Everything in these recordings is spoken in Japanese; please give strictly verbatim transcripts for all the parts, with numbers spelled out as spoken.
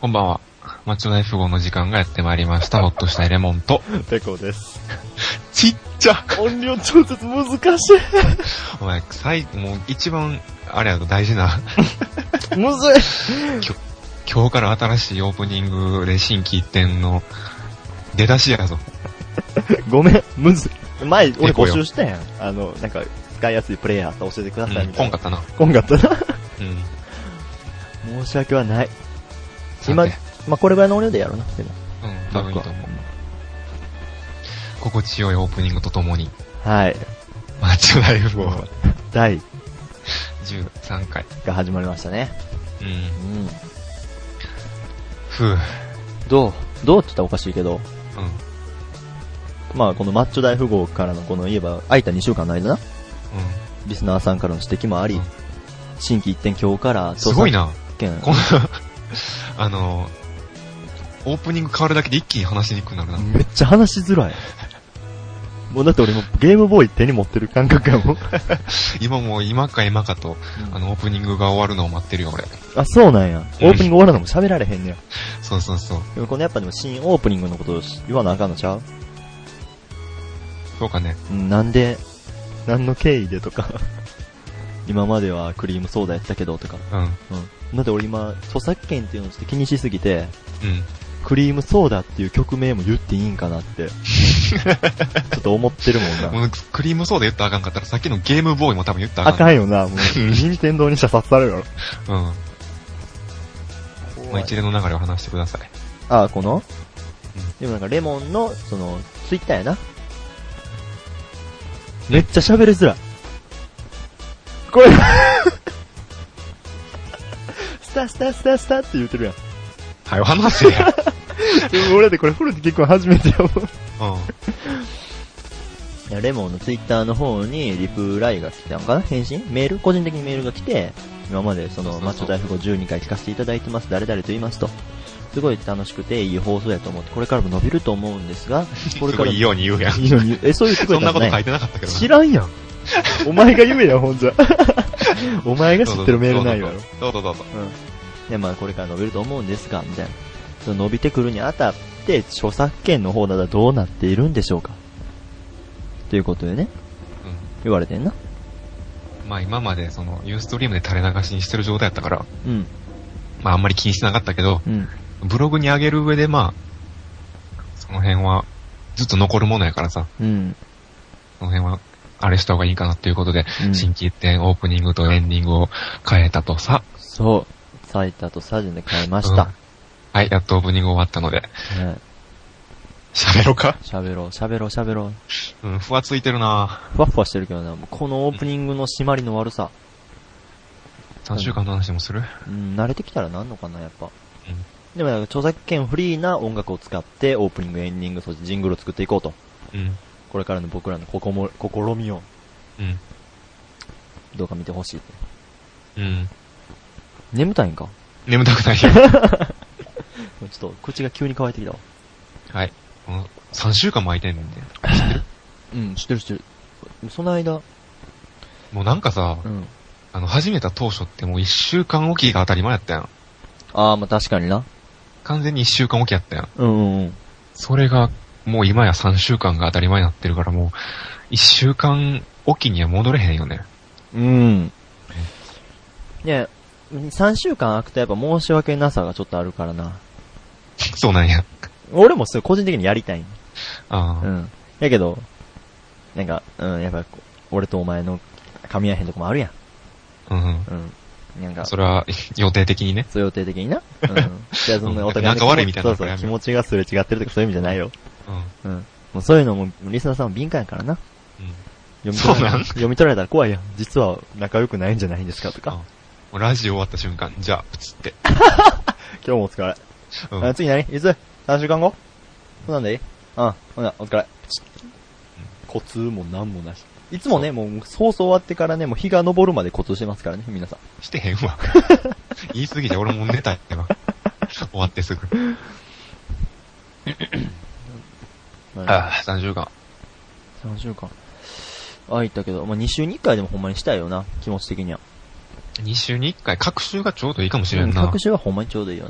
こんばんは。マッチョ大富豪の時間がやってまいりました。ほっとしたいレモンと。 ペコです。 ちっちゃ音量調節難しい。 お前、最、もう一番、あれやぞ、大事な。 むずい。 きょ今日から新しいオープニングで新規一点の出だしやぞ。 ごめん、むずい。前、俺募集したやん。あの、なんか、使いやすいプレイヤーと教えてくださいみたいな。 うん、こんかったな。 こんかったな。 うん。 申し訳はない。今、まあ、これぐらいの音量でやろうな、でも。 うん、多分いいと思う。心地よいオープニングとともに。 はい。 マッチョ大富豪。 だいじゅうさんかい。 が始まりましたね。 うん。うん。 ふぅ。どうどうって言ったらおかしいけど。 うん。 まあ、このマッチョ大富豪からのこの言えば、空いたにしゅうかんの間な。うん。リスナーさんからの指摘もあり、うん、新規一点今日から、 すごいな。 このあの、オープニング変わるだけで一気に話しにくくなるな。 めっちゃ話しづらい。もうだって俺もゲームボーイ手に持ってる感覚やもん。 今もう今か今かと、うん、あのオープニングが終わるのを待ってるよ俺。 あ、そうなんや。オープニング終わるのも喋られへんねや。 そうそうそう。 でもこのやっぱでも新オープニングのことを言わなあかんのちゃう？ そうかね。 うん、なんで、何の経緯でとか。今まではクリームソーダやったけどとか。 うん。うん。 だって俺今、著作権っていうのをちょっと気にしすぎて、 うん。 クリームソーダっていう曲名も言っていいんかなって、ちょっと思ってるもんな。 もうクリームソーダ言ったらあかんかったらさっきのゲームボーイも多分言ったらあかん。 あかんよな、もう。任天堂に射殺されるやろ。 うん。まあ、一連の流れを話してください。 ああ、この、 うん、 でもなんかレモンの、その、ツイッターやな。めっちゃ喋りづらい。これスタスタスタスタって言ってるやん。 はい、話せや。 でも俺でこれフルで結構初めてやもん。うん。いや、レモンのツイッターの方にリプライが来たのかな？返信？メール？個人的にメールが来て、今までその、マッチョ大富豪じゅうにかい聞かせていただいてます。誰々と言いますと。すごい楽しくていい放送やと思って、これからも伸びると思うんですが、これから。 すごいいいように言うやん。 いいように言う。え、そう言ってくれたんじゃない？ そんなこと書いてなかったけどな。 知らんやん。お前が言えや、ほんじゃ。お前が知ってるメールないやろ。 どうぞどうぞ。 うん。で、まあこれから伸びると思うんですが、みたいな。その伸びてくるにあたって、著作権の方ならどうなっているんでしょうか。ということでね。うん。言われてんな。 まあ今までその、ユーストリームで垂れ流しにしてる状態やったから。 うん。まああんまり気にしてなかったけど、 うん。 ブログに上げる上でまあ、その辺は、ずっと残るものやからさ。 うん。 その辺は、あれした方がいいかなっていうことで、 うん、 新規一点オープニングとエンディングを変えたとさ。 そう。最多とサジンで変えました、うん。 はい、やっとオープニング終わったので。喋、はい、ろうか喋ろう、喋ろう、喋ろう。うん、ふわついてるなふわふわしてるけどな、このオープニングの締まりの悪さ。 さんしゅうかんの話もする？ うん、慣れてきたらなんのかな、やっぱ。うん、でも、著作権フリーな音楽を使って、オープニング、エンディング、そしてジングルを作っていこうと。うん。これからの僕らのここも試みを、うん、どうか見てほしいって。うん。眠たいんか？ 眠たくないよ。 ちょっと口が急に乾いてきたわ。 はい。このさんしゅうかんも空いてんねんで。知ってる？ うん、知ってる知ってる。その間。 もうなんかさ、うん、あの始めた当初ってもういっしゅうかんおきが当たり前やったやん。 ああ、まあ確かにな。 完全にいっしゅうかんおきやったやん。 うんうんうん。それが、もう今やさんしゅうかんが当たり前になってるからもう、いっしゅうかんおきには戻れへんよね。 うん。いや、さんしゅうかん空くとやっぱ申し訳なさがちょっとあるからな。 そうなんや。 俺もそれ個人的にやりたい。 ああ。 うん。やけど、なんか、うん、やっぱ、俺とお前の噛み合えへんとこもあるやん。 うんうん。うん。 なんか。 それは予定的にね。 そう予定的にな。うん。じゃあそのお互いの仲悪いみたいな。 そうそう、気持ちがすれ違ってるとかそういう意味じゃないよ。うん。うん。もうそういうのも、リスナーさんも敏感やからな。 うん。読み取られた読み取られたら怖いやん。実は仲良くないんじゃないんですかとか。 うん、ラジオ終わった瞬間、じゃあ、プツって。 今日もお疲れ。うん。あ、次何いつ ?さん 週間後そうなんでいいうん。ほな、お疲れ。コツもなんもなし。いつもね、もう、放送終わってからね、もう日が昇るまでコツしてますからね、皆さん。 してへんわ。言い過ぎて俺も寝たいってば。終わってすぐ。ああ、さんしゅうかん。 さんしゅうかん。ああ、言ったけど、まあ、に週にいっかいでもほんまにしたいよな、気持ち的には。 に週にいっかい、各週がちょうどいいかもしれんな。 各週はほんまにちょうどいいよな。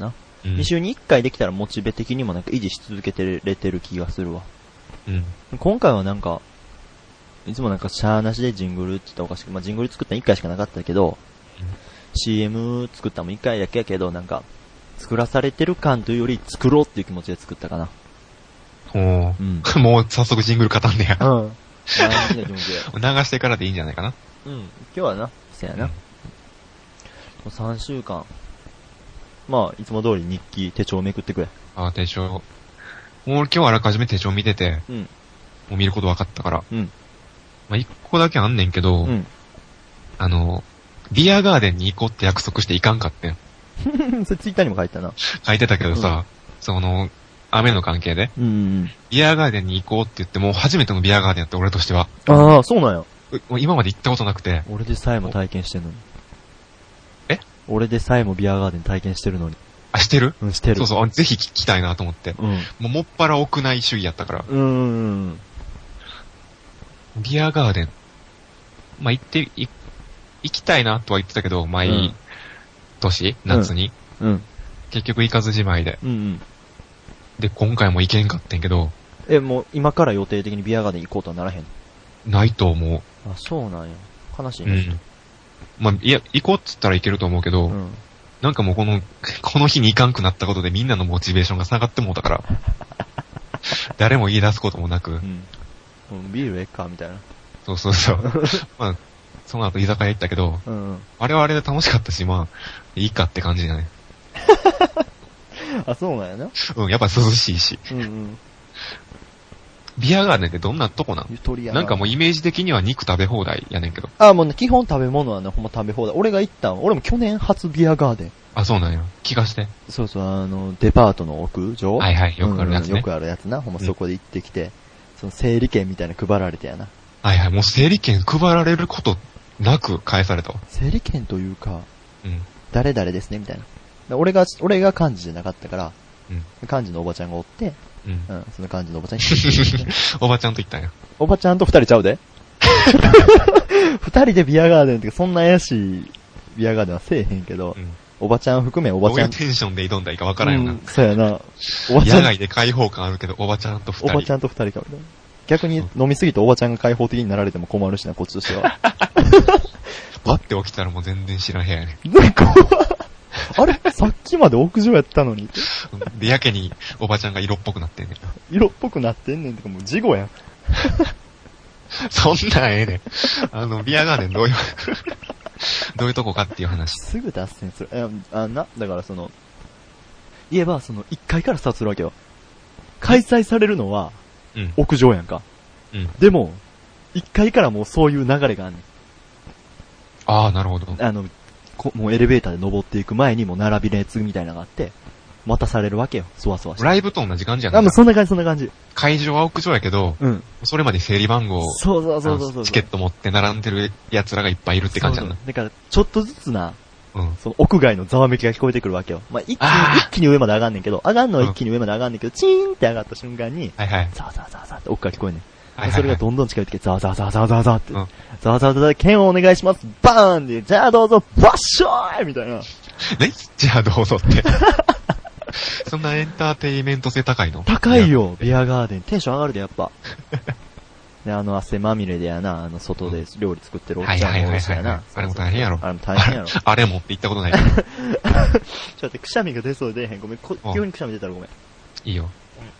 うん、に週にいっかいできたらモチベ的にもなんか維持し続けてれてる気がするわ。うん。今回はなんか、いつもなんかシャーなしでジングルって言ったらおかしく、まあ、ジングル作ったのいっかいしかなかったけど、うん、シーエム 作ったのもいっかいだけやけど、なんか、作らされてる感というより作ろうっていう気持ちで作ったかな。 おー。うん、もう早速ジングル語んねや。うん。流してからでいいんじゃないかな。 うん。今日はな、せやな。うん、もうさんしゅうかん。まあ、いつも通り日記、手帳めくってくれ。 ああ、手帳。もう今日あらかじめ手帳見てて、うん、もう見ること分かったから。うん。まあ、一個だけあんねんけど、うん、あの、ビアガーデンに行こうって約束して行かんかってん。 それツイッターにも書いたな。 書いてたけどさ、うん、その、雨の関係で、うんうん、ビアガーデンに行こうって言って、もう初めてのビアガーデンやって、俺としては。 ああ、そうなんや。 今まで行ったことなくて。 俺でさえも体験してんのに。 え俺でさえもビアガーデン体験してるのに。 あ、してる？ うん、してる。 そうそう、ぜひ聞きたいなと思って。うん。もうもっぱら屋内主義やったから。うーん。ビアガーデン。まあ、行って、い、行きたいなとは言ってたけど、毎年、うん、夏に、うん。うん。結局行かずじまいで。うんうん。で、今回も行けんかってんけど。 え、もう今から予定的にビアガーデン行こうとはならへん？ ないと思う。 あ、そうなんや。悲しいね。 うん。まあ、いや、行こうっつったらいけると思うけど、うん、なんかもうこの、この日に行かんくなったことでみんなのモチベーションが下がってもうたから、誰も言い出すこともなく、うん、 ビールええかみたいな。 そうそうそう。まあ、その後居酒屋行ったけど、うんうん、あれはあれで楽しかったし、まあ、いいかって感じだね。 あ、そうなんやな。 うん、やっぱ涼しいし。うんうん。ビアガーデンってどんなとこなん？ゆとりやな。なんかもうイメージ的には肉食べ放題やねんけど。 あ、もうね、基本食べ物はね、ほんま食べ放題。俺が行ったん、俺も去年初ビアガーデン。 あ、そうなんや。聞かして。 そうそう、あの、デパートの屋上？ はいはい、よくあるやつね。 うん、よくあるやつな。ほんまそこで行ってきて、うん、その整理券みたいな配られてやな。 はいはい、もう整理券配られることなく返されたわ。 整理券というか、うん。誰々ですね、みたいな。俺が、俺が幹事じゃなかったから、うん。幹事のおばちゃんがおって、うん、うん、その感じのおばちゃんにおばちゃんと行ったんや。 おばちゃんと二人ちゃうで二人でビアガーデンってそんな怪しいビアガーデンはせえへんけど、うん、おばちゃん含めおばちゃん。どういうテンションで挑んだらいいかわからんよな。うん、 そうやな。 おばちゃん。野外で開放感あるけど、おばちゃんと二人。 おばちゃんと二人かみたいな。逆に飲みすぎておばちゃんが開放的になられても困るしな、こっちとしては。 パッて起きたらもう全然知らん部屋やね。 あれさっきまで屋上やったのに。 で、やけにおばちゃんが色っぽくなってんねん。 色っぽくなってんねんってかもう事後やん。 そんなんええねん。あの、ビアガーデンどういう、どういうとこかっていう話。 すぐ脱線する。え、あんな、だからその、言えばそのいっかいからスタートするわけよ。開催されるのは、うん、屋上やんか。うん。でも、いっかいからもうそういう流れがあんねん。 ああ、なるほど。 あの、こもうエレベーターで登っていく前にもう並び列みたいなのがあって、待たされるわけよ。そわそわして。 ライブと同じ感じやな。 あ、もうそんな感じ、そんな感じ。 会場は屋上やけど、うん。それまで整理番号、 そうそうそうそうそう。 チケット持って並んでる奴らがいっぱいいるって感じやな。 そうそう。だから、ちょっとずつな、うん。その屋外のざわめきが聞こえてくるわけよ。まあ、一気に、一気に上まで上がんねんけど、上がんのは一気に上まで上がんねんけど、うん、チーンって上がった瞬間に、はいはい。ザーザーザーザーって奥から聞こえんねん。はいはいはい、それがどんどん近寄ってきて、ザーザーザーザーザーザーって、うん、ザーザーザーザー、剣をお願いします、バーンで、じゃあどうぞ、バッショーイみたいな。 ねじゃあどうぞって。そんなエンターテイメント性高いの？ 高いよ、ビアガーデン。テンション上がるで、やっぱ。で、あの、汗まみれでやな、あの、外で料理作ってるおっちゃんもおるしやな。 あれも大変やろ。 あれも大変やろ。 あれもって言ったことないけど。 ちょっと待って、くしゃみが出そうで出えへん。ごめん、こ急にくしゃみ出たらごめん。 いいよ。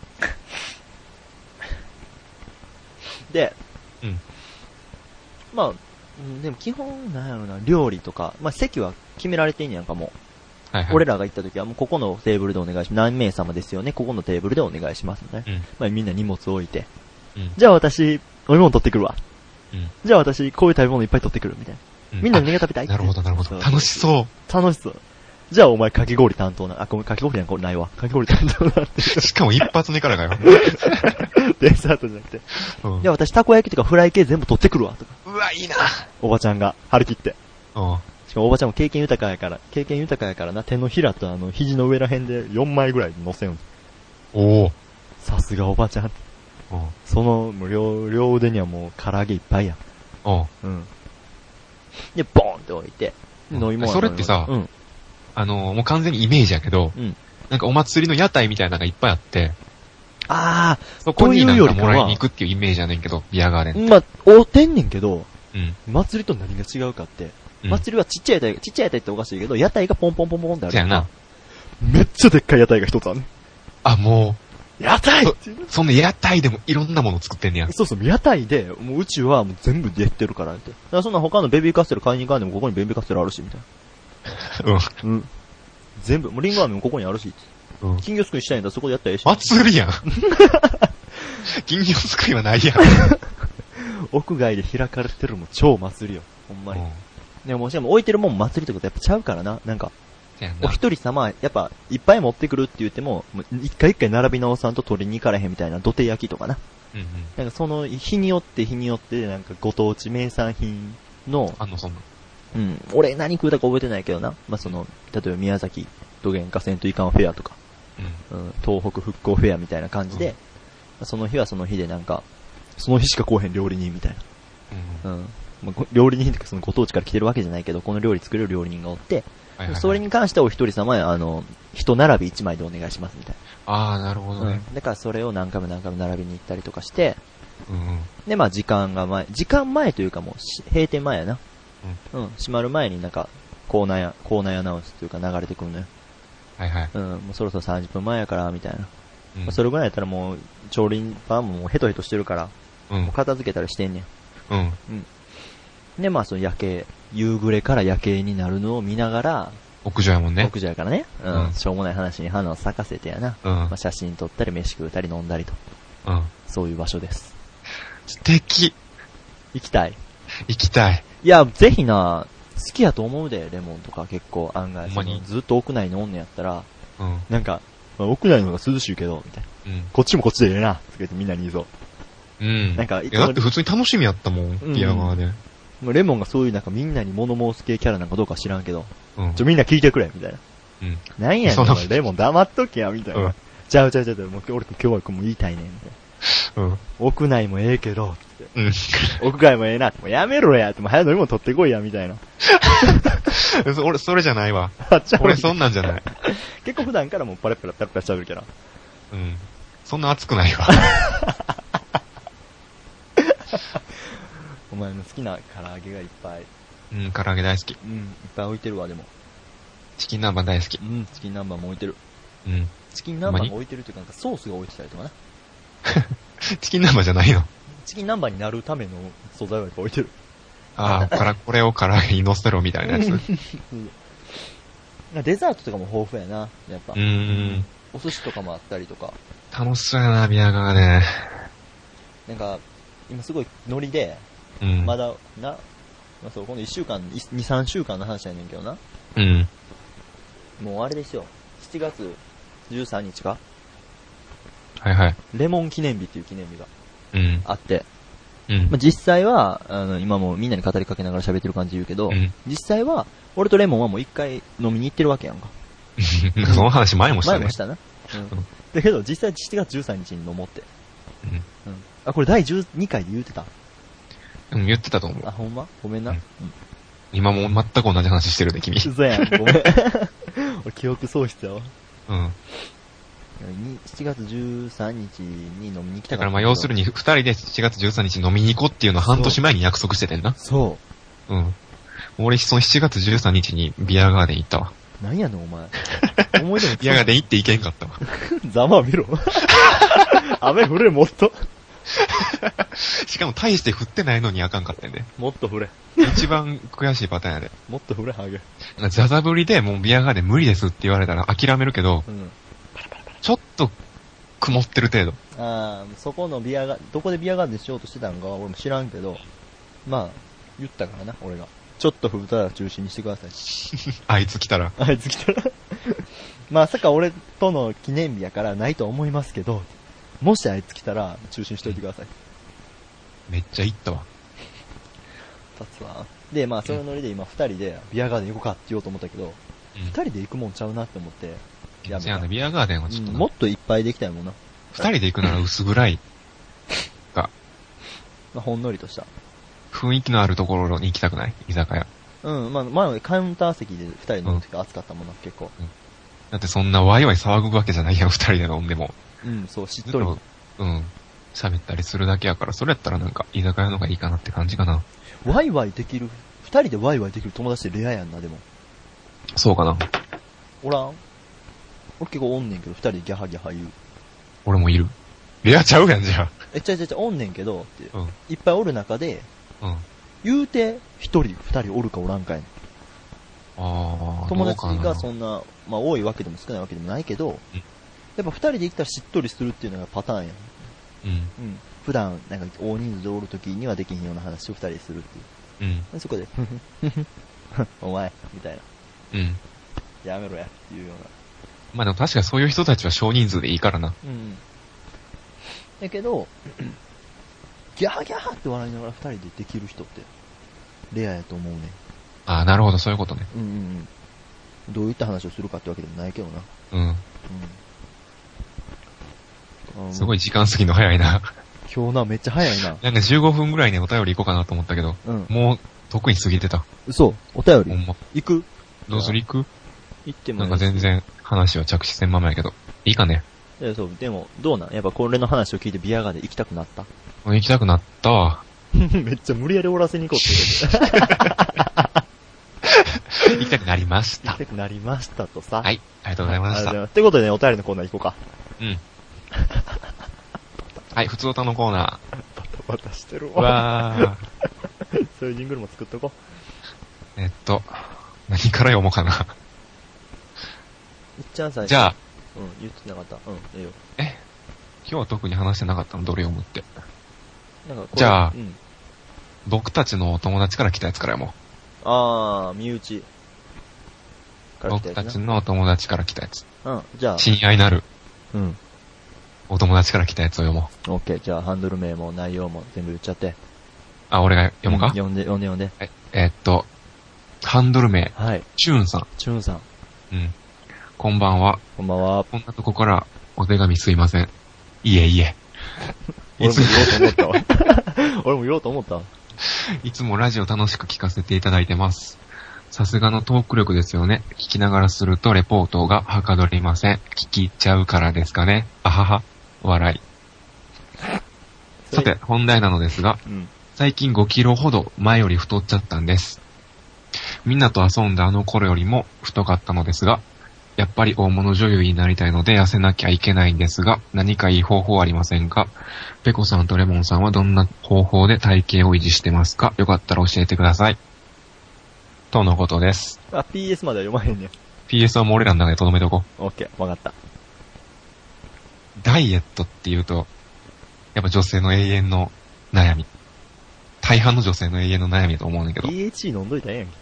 で、うん。まあ、でも基本、なんやろな、料理とか、まあ席は決められてんやんかもう。はいはい、俺らが行った時はもうここのテーブルでお願いします。何名様ですよね。ここのテーブルでお願いしますね。うん、まあみんな荷物置いて。うん、じゃあ私、飲み物取ってくるわ。うん、じゃあ私、こういう食べ物いっぱい取ってくる。みたいな。うん、みんな何が食べたいって。 なるほど、なるほど。楽しそう。 楽しそう。じゃあお前かき氷担当な。あ、ごめん、かき氷なんかないわ。かき氷担当なって。 しかも一発目からかよ。 デザートじゃなくて。うん、じゃあ私たこ焼きとかフライ系全部取ってくるわ。とか。 うわ、いいな。 おばちゃんが張り切って。うん。しかもおばちゃんも経験豊かやから、経験豊かやからな、手のひらとあの、肘の上ら辺でよんまいぐらい乗せん。おお。さすがおばちゃん。うん。その、両、両腕にはもう唐揚げいっぱいやん。うん。で、ボーンって置いて。 飲み物。それってさ、うん。あのー、もう完全にイメージやけど、うん、 なんかお祭りの屋台みたいなのがいっぱいあって、 ああ、 そこになんかもらいに行くっていうイメージやねんけど、ビアガーデンって。 まあ、おてんねんけど、 うん。 祭りと何が違うかって、うん、祭りはちっちゃい屋台、ちっちゃい屋台っておかしいけど、屋台がポンポンポンポンってあるから。な。めっちゃでっかい屋台が一つあるね。 あ、もう。屋台そ, そんな屋台でもいろんなもの作ってんねや。 そうそう、屋台で、もううちはもう全部でやってるからって。だからそんな他のベビーカステル買いに行かんでもここにベビーカステルあるし、みたいな。うん。うん。全部、もうリンゴ飴もここにあるし、うん。金魚すくいしたいんだそこでやったらええし。 祭りやん。金魚すくいはないやん。 屋外で開かれてるも超祭りよ。ほんまに。うん、でももしも置いてるもん祭りってことやっぱちゃうからな。なんか、お一人様、やっぱいっぱい持ってくるって言っても、一回一回並び直さんと取りに行かれへんみたいな土手焼きとかな。うんうん、なんかその日によって日によってなんかご当地名産品の、 あのそんな。 うん。俺何食うたか覚えてないけどな。まあ、その、例えば宮崎土源河川といかんフェアとか、うんうん、東北復興フェアみたいな感じで、うん、その日はその日でなんか、その日しか来おへん料理人みたいな。うん。うんまあ、料理人とかそのご当地から来てるわけじゃないけど、この料理作れる料理人がおって、はいはいはい、それに関してはお一人様や、あの、一並び一枚でお願いしますみたいな。ああ、なるほどね、 うん。だからそれを何回も何回も並びに行ったりとかして、 うん、 で、まあ時間が前、時間前というかもう閉店前やな。うん、うん、閉まる前になんか、コーナーや、コーナーアナウンスというか流れてくるのよ。 はいはい。 うん、もうそろそろさんじゅっぷんまえやから、みたいな。うんまあ、それぐらいやったらもう、調理場ももうヘトヘトしてるから、うん、もう片付けたりしてんねん。うん。うん。で、まあその夜景、夕暮れから夜景になるのを見ながら、 屋上やもんね。 屋上やからね。うん。うん、しょうもない話に花を咲かせてやな。うん。まあ写真撮ったり飯食うたり飲んだりと。うん。そういう場所です。 素敵。 行きたい。 行きたい。 いや、ぜひな、好きやと思うで、レモンとか結構案外。ほんまにずっと屋内におんねやったら、うん。なんか、まあ、屋内の方が涼しいけど、みたいな。うん。こっちもこっちでええな、とか言ってみんなに言いそう。 うん。なんか、いや、だって普通に楽しみやったもん、ビアガーで。 もうレモンがそういうなんかみんなに物申す系キャラなんかどうか知らんけど、うん。ちょ、みんな聞いてくれ、みたいな。うん。なんやねん、レモン黙っとけや、みたいな。うん。ちゃうちゃうちゃう、もう俺今日はもう言いたいねん、みたいな。うん。屋内もええけど、つって。うん。屋外もええなって、もうやめろやって、もう早飲み物取ってこいや、みたいな。 俺、それじゃないわ。俺そんなんじゃない。 結構普段からもうパラパラパラパラ喋るから。 うん。そんな熱くないわ。 お前の好きな唐揚げがいっぱい。 うん、唐揚げ大好き。 うん、いっぱい置いてるわ、でも。 チキン南蛮大好き。 うん、チキン南蛮も置いてる。うん。チキン南蛮も置いてるというか、なんかソースが置いてたりとかな。 チキン南蛮じゃないの？ チキン南蛮になるための素材をいっぱい置いてる。 ああ、から、これを唐揚げに乗せろみたいなやつ。 デザートとかも豊富やな、やっぱ。うーん。お寿司とかもあったりとか。 楽しそうやな、ビアガーね。 なんか、今すごいノリで、うん、まだ、な、まあ、そう、今度いっしゅうかん、に、さんしゅうかんの話やねんけどな。うん。もうあれですよ。しちがつじゅうさんにちかはいはい。 レモン記念日っていう記念日が。うん。あって。 うん。 まあ、実際は、あの、今もみんなに語りかけながら喋ってる感じ言うけど、うん、実際は、俺とレモンはもう一回飲みに行ってるわけやんか。 その話前もしたね。 前もしたな。うん。だけど、実際しちがつじゅうさんにちに飲もうって。うん。うん。あ、これだいじゅうにかいで言うてた？ うん、言ってたと思う。 あ、ほんま？ごめんな。うん。 今も全く同じ話してるで、君。 嘘やん、ごめん。俺記憶喪失やわ。うん。しちがつじゅうさんにちに飲みに来ただからまあ要するに二人でしちがつじゅうさんにち飲みに行こうっていうのを半年前に約束しててんな。 そう。 うん。俺そのしちがつじゅうさんにちにビアガーデン行ったわ。 何やねんお前。思い出もビアガーデン行って行けんかったわ。 ざまあ見ろ。雨降れもっと。 しかも大して降ってないのにあかんかったんで。 もっと降れ。 一番悔しいパターンやで。 もっと降れ、ハゲ。 ザザ降りでもうビアガーデン無理ですって言われたら諦めるけど、うん、ちょっと曇ってる程度。 ああ、そこのビアガ、どこでビアガーデンしようとしてたんか俺も知らんけど、まあ、言ったからな、俺が。ちょっと降ったら中止にしてください。 あいつ来たら。 あいつ来たら。まさか俺との記念日やからないと思いますけど、もしあいつ来たら中止にしといてください。 めっちゃ行ったわ。 立つわ。で、まあそのノリで今二人でビアガーデン行こうかって言おうと思ったけど、二、うん、人で行くもんちゃうなって思って。 いや、ね、ビアガーデンはちょっと、うん、 もっといっぱいできたいもんな。 二人で行くなら薄暗いが。 まあ、ほんのりとした。 雰囲気のあるところに行きたくない居酒屋。 うん、まあ、前カウンター席で二人飲むとき暑かったもんな、結構。 だってそんなワイワイ騒ぐわけじゃないやん、二人で飲んでも。 うん、そう、しっとり。 うん。喋ったりするだけやから、それやったらなんか、居酒屋の方がいいかなって感じかな。 ワイワイできる、二人でワイワイできる友達ってレアやんな、でも。 そうかな。 おらん？俺結構おんねんけど、二人でギャハギャハ言う。 俺もいる。レアちゃうやん、じゃあ。 え、ちゃちゃちゃ、おんねんけど、って、 うん、 いっぱいおる中で、 うん。 言うて、一人、二人おるかおらんかやん。 あー、 友達がそんな、まあ多いわけでも少ないわけでもないけど、うん、やっぱ二人で行ったらしっとりするっていうのがパターンやん。うん。うん。普段、なんか大人数でおるときにはできひんような話を二人でするっていう。うん。そこで、お前、みたいな。うん。やめろや、っていうような。 まあでも確かにそういう人たちは少人数でいいからな。 うん。だけど、ギャーギャーって笑いながら二人でできる人って、レアやと思うね。 ああ、なるほど、そういうことね。 うんうんうん。どういった話をするかってわけでもないけどな。うん。 うん。すごい時間過ぎの早いな。 今日な、めっちゃ早いな。 なんかじゅうごふんぐらいにお便り行こうかなと思ったけど、うん、もう、得意過ぎてた。 嘘？お便り？ほんま。行く？ どうする行く？ 行ってもなんか全然話は着地せんままやけど。いいかね？ いや、そう、でも、どうなん？やっぱこれの話を聞いてビアガーで行きたくなった？ 行きたくなったわ。 めっちゃ無理やりおらせに行こうって言う行きたくなりました。 行きたくなりましたとさ。 はい、ありがとうございました。ありがとうございます。 ということでね、お便りのコーナー行こうか。うん。 はい、普通歌のコーナー。 バタバタしてるわ。わー。そういうジングルも作っとこう。えっと、何から読もうかな。いっちゃん最初。 じゃあ。 うん、言ってなかった。うん、ええよ。 え今日は特に話してなかったの？どれ読むって。なんかじゃあ、うん、僕たちのお友達から来たやつから読もう。あー、身内。 僕たちのお友達から来たやつ。 うん、じゃあ。 親愛なる。うん。お友達から来たやつを読もう。オッケー、じゃあハンドル名も内容も全部言っちゃって。 あ、俺が読もうか、うん、 読んで、読んで読んで。 え、えー、っと、ハンドル名。 はい。 チューンさん。 チューンさん。 うん。こんばんは。 こんばんは。 こんなとこからお手紙すいません。いえいえ。 いつも言おうと思ったわ。俺も言おうと思ったわ。 いつもラジオ楽しく聞かせていただいてます。さすがのトーク力ですよね。聞きながらするとレポートがはかどりません。聞き入っちゃうからですかね。あはは。笑い。さて、本題なのですが、うん、最近ごキロほど前より太っちゃったんです。みんなと遊んだあの頃よりも太かったのですが、やっぱり大物女優になりたいので痩せなきゃいけないんですが、何かいい方法ありませんか？ペコさんとレモンさんはどんな方法で体型を維持してますか？よかったら教えてください。とのことです。 あ、ピーエス までは読まへんねん。 ピーエス はもう俺らの中で留めとこう。オッケー、わかった。 ダイエットって言うと、やっぱ女性の永遠の悩み。大半の女性の永遠の悩みだと思うんだけど。 ピーエイチイー 飲んどいたらええやんけ。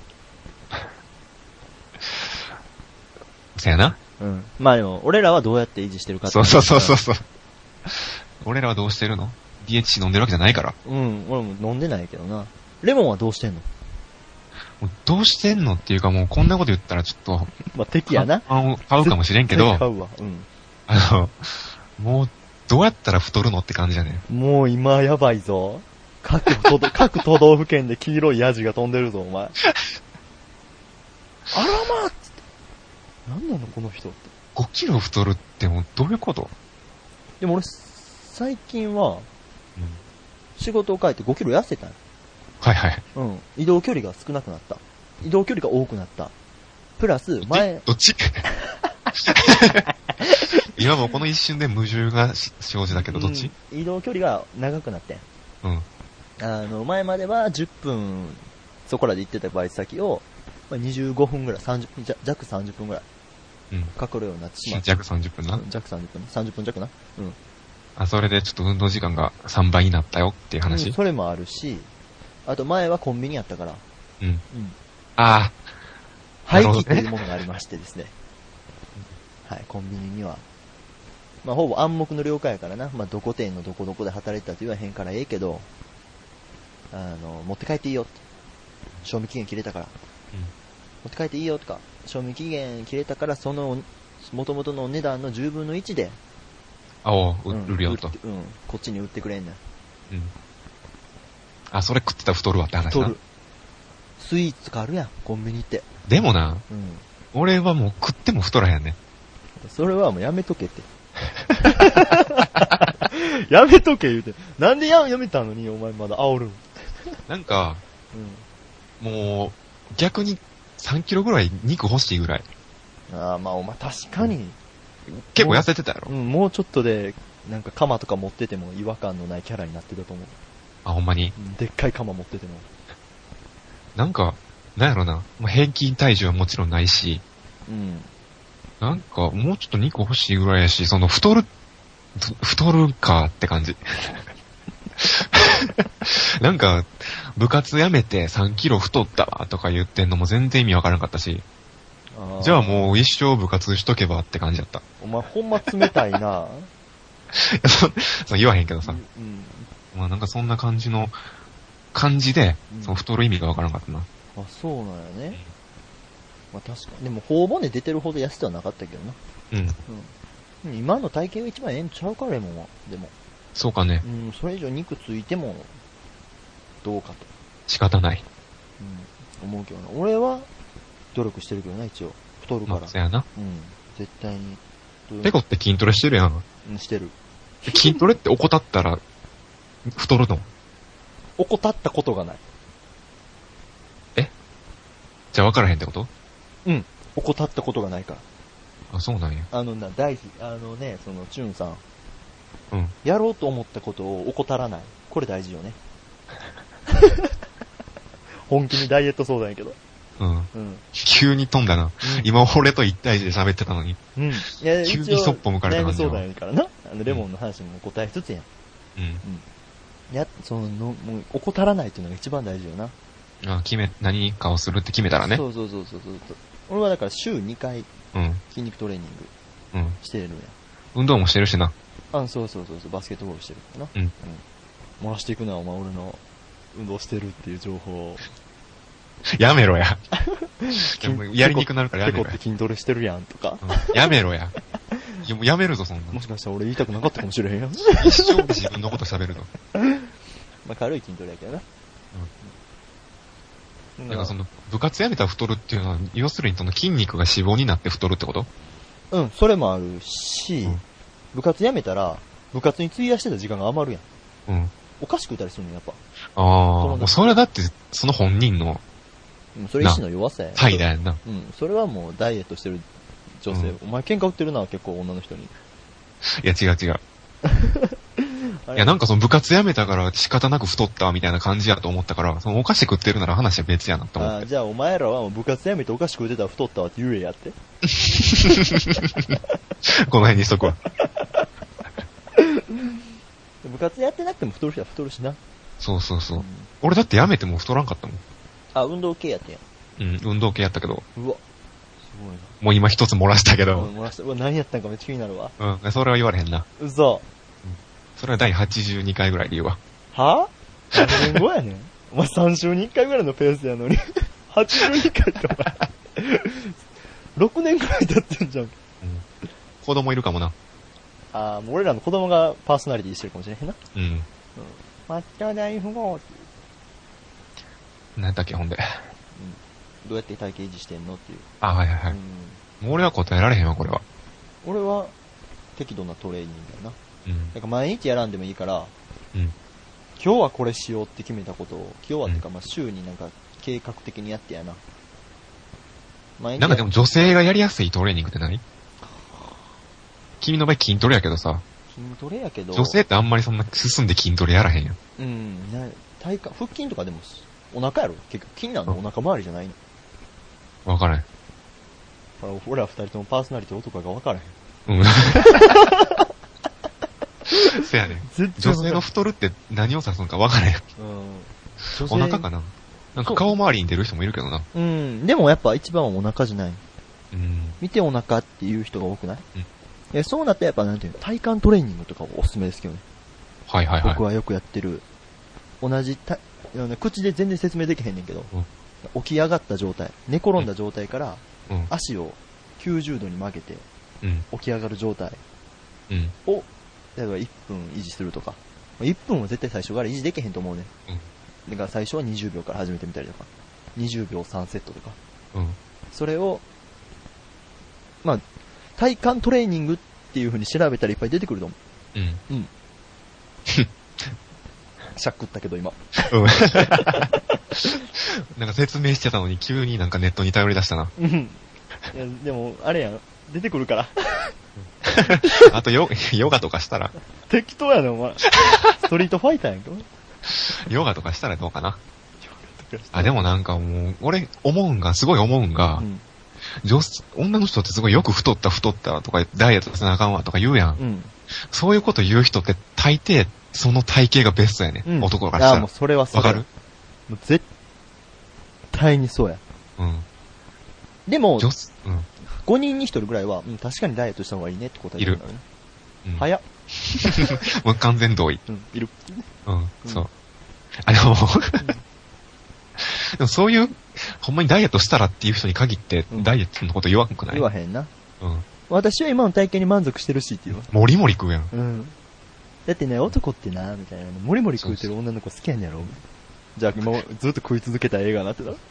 そやな。 うん。まあでも、俺らはどうやって維持してるかって。 そうそうそうそうそう。俺らはどうしてるの？ ディーエイチシー 飲んでるわけじゃないから。 うん、俺も飲んでないけどな。レモンはどうしてんの？ もうどうしてんのっていうかもうこんなこと言ったらちょっと。 まあ敵やな。 買うかもしれんけど。 買うわ。うん。 あの、もう、どうやったら太るのって感じじゃねん。もう今やばいぞ。各都道、各都道府県で黄色いヤジが飛んでるぞ、お前。あらまっつって。なんなのこの人って。 ごキロ太るってもうどういうこと？ でも俺、最近は、うん、仕事を変えてごキロ痩せたん。 はいはい。 うん。移動距離が少なくなった。移動距離が多くなった。プラス、前。 どっち今もこの一瞬で矛盾が生じたけど、どっち、 うん、移動距離が長くなってん。うん。あの、前まではじゅっぷん、そこらで行ってたバイト先を、まあ、にじゅうごふんぐらい、さんじゅっぷん、弱さんじゅっぷんぐらい、うん。かかるようになってしまった。 弱さんじゅっぷんな。 弱さんじゅっぷん、さんじゅっぷん弱な。うん。 あ、それでちょっと運動時間がさんばいになったよっていう話、 うん、それもあるし、あと前はコンビニやったから、うん。うん。 ああ。 廃棄というものがありましてですね。はい、コンビニには。まあ、ほぼ暗黙の了解やからな。まあ、どこ店のどこどこで働いてたと言わへんからええけど、あの、持って帰っていいよって。賞味期限切れたから。うん。持って帰っていいよとか、賞味期限切れたから、その、元々の値段のじゅうぶんのいちで、 ああ、売るよと、 うん。うん。こっちに売ってくれんねん。うん。 あ、それ食ってたら太るわって話だ。 太る。スイーツがあるやん、コンビニって。 でもな、うん。俺はもう食っても太らへんね。 それはもうやめとけって。やめとけ言うて。なんでや、やめたのにお前まだ煽るん。 なんか、うん、もう、逆にさんキロぐらい肉欲しいぐらい。 ああ、まあお前確かに。 結構痩せてたやろ。 うん、もうちょっとで、なんか鎌とか持ってても違和感のないキャラになってたと思う。 あ、ほんまに、 うん、でっかい鎌持ってても。 なんか、なんやろな。まあ、平均体重はもちろんないし。 うん。 なんか、もうちょっと肉欲しいぐらいやし、その、太る、太るかって感じ。なんか、部活やめてさんキロ太ったとか言ってんのも全然意味わからなかったし。じゃあもう一生部活しとけばって感じだった。 お前ほんま冷たいな。 そそう言わへんけどさ。うん、まあなんかそんな感じの、感じで、うん、その太る意味がわからなかったな。 あ、そうなんやね。まあ確かに。でも頬骨出てるほど痩せてはなかったけどな。うん。うん、今の体型が一番ええんちゃうか、レモンは。でも。 そうかね。 うん、それ以上肉ついても、どうかと。 仕方ない。 うん、思うけどな。俺は、努力してるけどな、一応。太るから。まあ、 そうやな。 うん。絶対に。 ペコって筋トレしてるやん。 うん、してる。 筋トレって怠ったら、太るの？ 怠ったことがない。 え？じゃあ分からへんってこと？ うん。怠ったことがないから。 あ、そうなんや。 あのな、大事。あのね、その、チュンさん。 うん。 やろうと思ったことを怠らない。これ大事よね。本気にダイエット相談やけど。 うん。うん。急に飛んだな。うん、今俺と一対一で喋ってたのに。うん。いや、急にそっぽ向かれた感じ。 悩み相談やからな。あの、レモンの話も答え一つやん。うん。うん。や、その、の、もう、怠らないっていうのが一番大事よな。 あ、決め、何かをするって決めたらね。 そうそうそうそうそう。俺はだから週にかい、うん。筋肉トレーニング。うん。してるんや。 運動もしてるしな。 あ、そうそうそうそう、バスケットボールしてるかな。うん。うん。漏らしていくな、お前俺の運動してるっていう情報を。 やめろや。やりにくくなるからやめろや。 ペコって筋トレしてるやんとか。 うん、やめろや。いやもうやめるぞ、そんな。 もしかしたら俺言いたくなかったかもしれへんやん。 一生自分のこと喋るぞ。 まあ軽い筋トレやけどな。 うん。だからその、部活やめたら太るっていうのは、要するにその筋肉が脂肪になって太るってこと？ うん、それもあるし、うん、部活やめたら、部活に費やしてた時間が余るやん。うん。おかしく言ったりするのやっぱ。 ああ、もうそれはだって、その本人の、 うん、それ意志の弱さや。 はいだよな。 うん、それはもうダイエットしてる女性。うん、お前喧嘩売ってるな、結構女の人に。いや、違う違う。いや、なんかその部活やめたから仕方なく太ったみたいな感じやと思ったから、そのお菓子食ってるなら話は別やなと思って。 あ、じゃあお前らはもう部活やめてお菓子食ってたら太ったわって言えやって。 この辺にしとくわ。 部活やってなくても太る人は太るしな。 そうそうそう。うん、俺だってやめても太らんかったもん。 あ、運動系やってん。うん、運動系やったけど。 うわ。すごいな。 もう今一つ漏らしたけど。 うん、漏らした。うわ、何やったんかめっちゃ気になるわ。 うん、それは言われへんな。 嘘。 うん。それはだいはちじゅうにかいぐらいで言うわ。 はぁ ?何年後やねん。お前さん週にいっかいぐらいのペースやのに。はちじゅうにかいってお前。ろくねんくらい経ってんじゃん。うん。 子供いるかもな。 あー、もう俺らの子供がパーソナリティしてるかもしれへんな。うん。うん。抹茶大富豪って。 何だっけ、ほんで。 うん。どうやって体型維持してんのっていう。 あ、はいはいはい。うん、もう俺は答えられへんわ、これは。 俺は、適度なトレーニングやな。うん。だから毎日やらんでもいいから、うん。今日はこれしようって決めたことを、今日はっていうか、まあ週になんか計画的にやってやな。 毎日。なんかでも女性がやりやすいトレーニングって何？君の場合筋トレやけどさ。 筋トレやけど。 女性ってあんまりそんな進んで筋トレやらへんやん。 うん。体幹、腹筋とかでも、お腹やろ結局、筋なのお腹周りじゃないのわからへん。 ほら、俺ら二人ともパーソナリティ男がわからへん。 うん。せやねん。女性の太るって何を指すのかわからへん。うん。お腹かななんか顔周りに出る人もいるけどな。 うん。でもやっぱ一番はお腹じゃない。うん。見てお腹っていう人が多くない？うん。え、そうなったらやっぱなんていうの、体幹トレーニングとかおすすめですけどね。 はいはいはい。 僕はよくやってる。同じた、口で全然説明できへんねんけど、うん、起き上がった状態、寝転んだ状態から、うん、足をきゅうじゅうどに曲げて、うん、起き上がる状態を、例えばいっぷん維持するとか、いっぷんは絶対最初から維持できへんと思うね。うん、だから最初はにじゅうびょうから始めてみたりとか、にじゅうびょうさんセットとか、うん、それを、まあ、 体幹トレーニングっていう風に調べたらいっぱい出てくると思う。うん。うん。しゃっくったけど今。うん。 なんか説明してたのに急になんかネットに頼り出したな。うん。いや、でも、あれやん。出てくるから。 あとヨ、ヨガとかしたら。 適当やな、お前。ストリートファイターやんか。 ヨガとかしたらどうかな。あ、でもなんかもう、俺、思うんが、すごい思うんが、うん、女女の人ってすごいよく太った太ったとか、ダイエットせなあかんわとか言うやん。うん、そういうこと言う人って大抵、その体型がベストやね、うん、男からしたら。 あ、もうそれはそう。 わかる？ もう絶対にそうや。うん。でも、女、うん、ごにんにひとりぐらいは、うん、確かにダイエットした方がいいねって答えてるんだよね。いる。うん、早っ。 もう完全同意。 うん、いる。 うん、うん、そう。あ、でも、うん、でもそういう、ほんまにダイエットしたらっていう人に限って、うん、ダイエットのこと言わんくない？ 言わへんな。うん。私は今の体型に満足してるしっていう。 もりもり食うやん。うん。 だってね、男ってな、みたいな。もりもり食うてる女の子好きやんやろ。じゃあ今ずっと食い続けた映画になってた。うん。うん。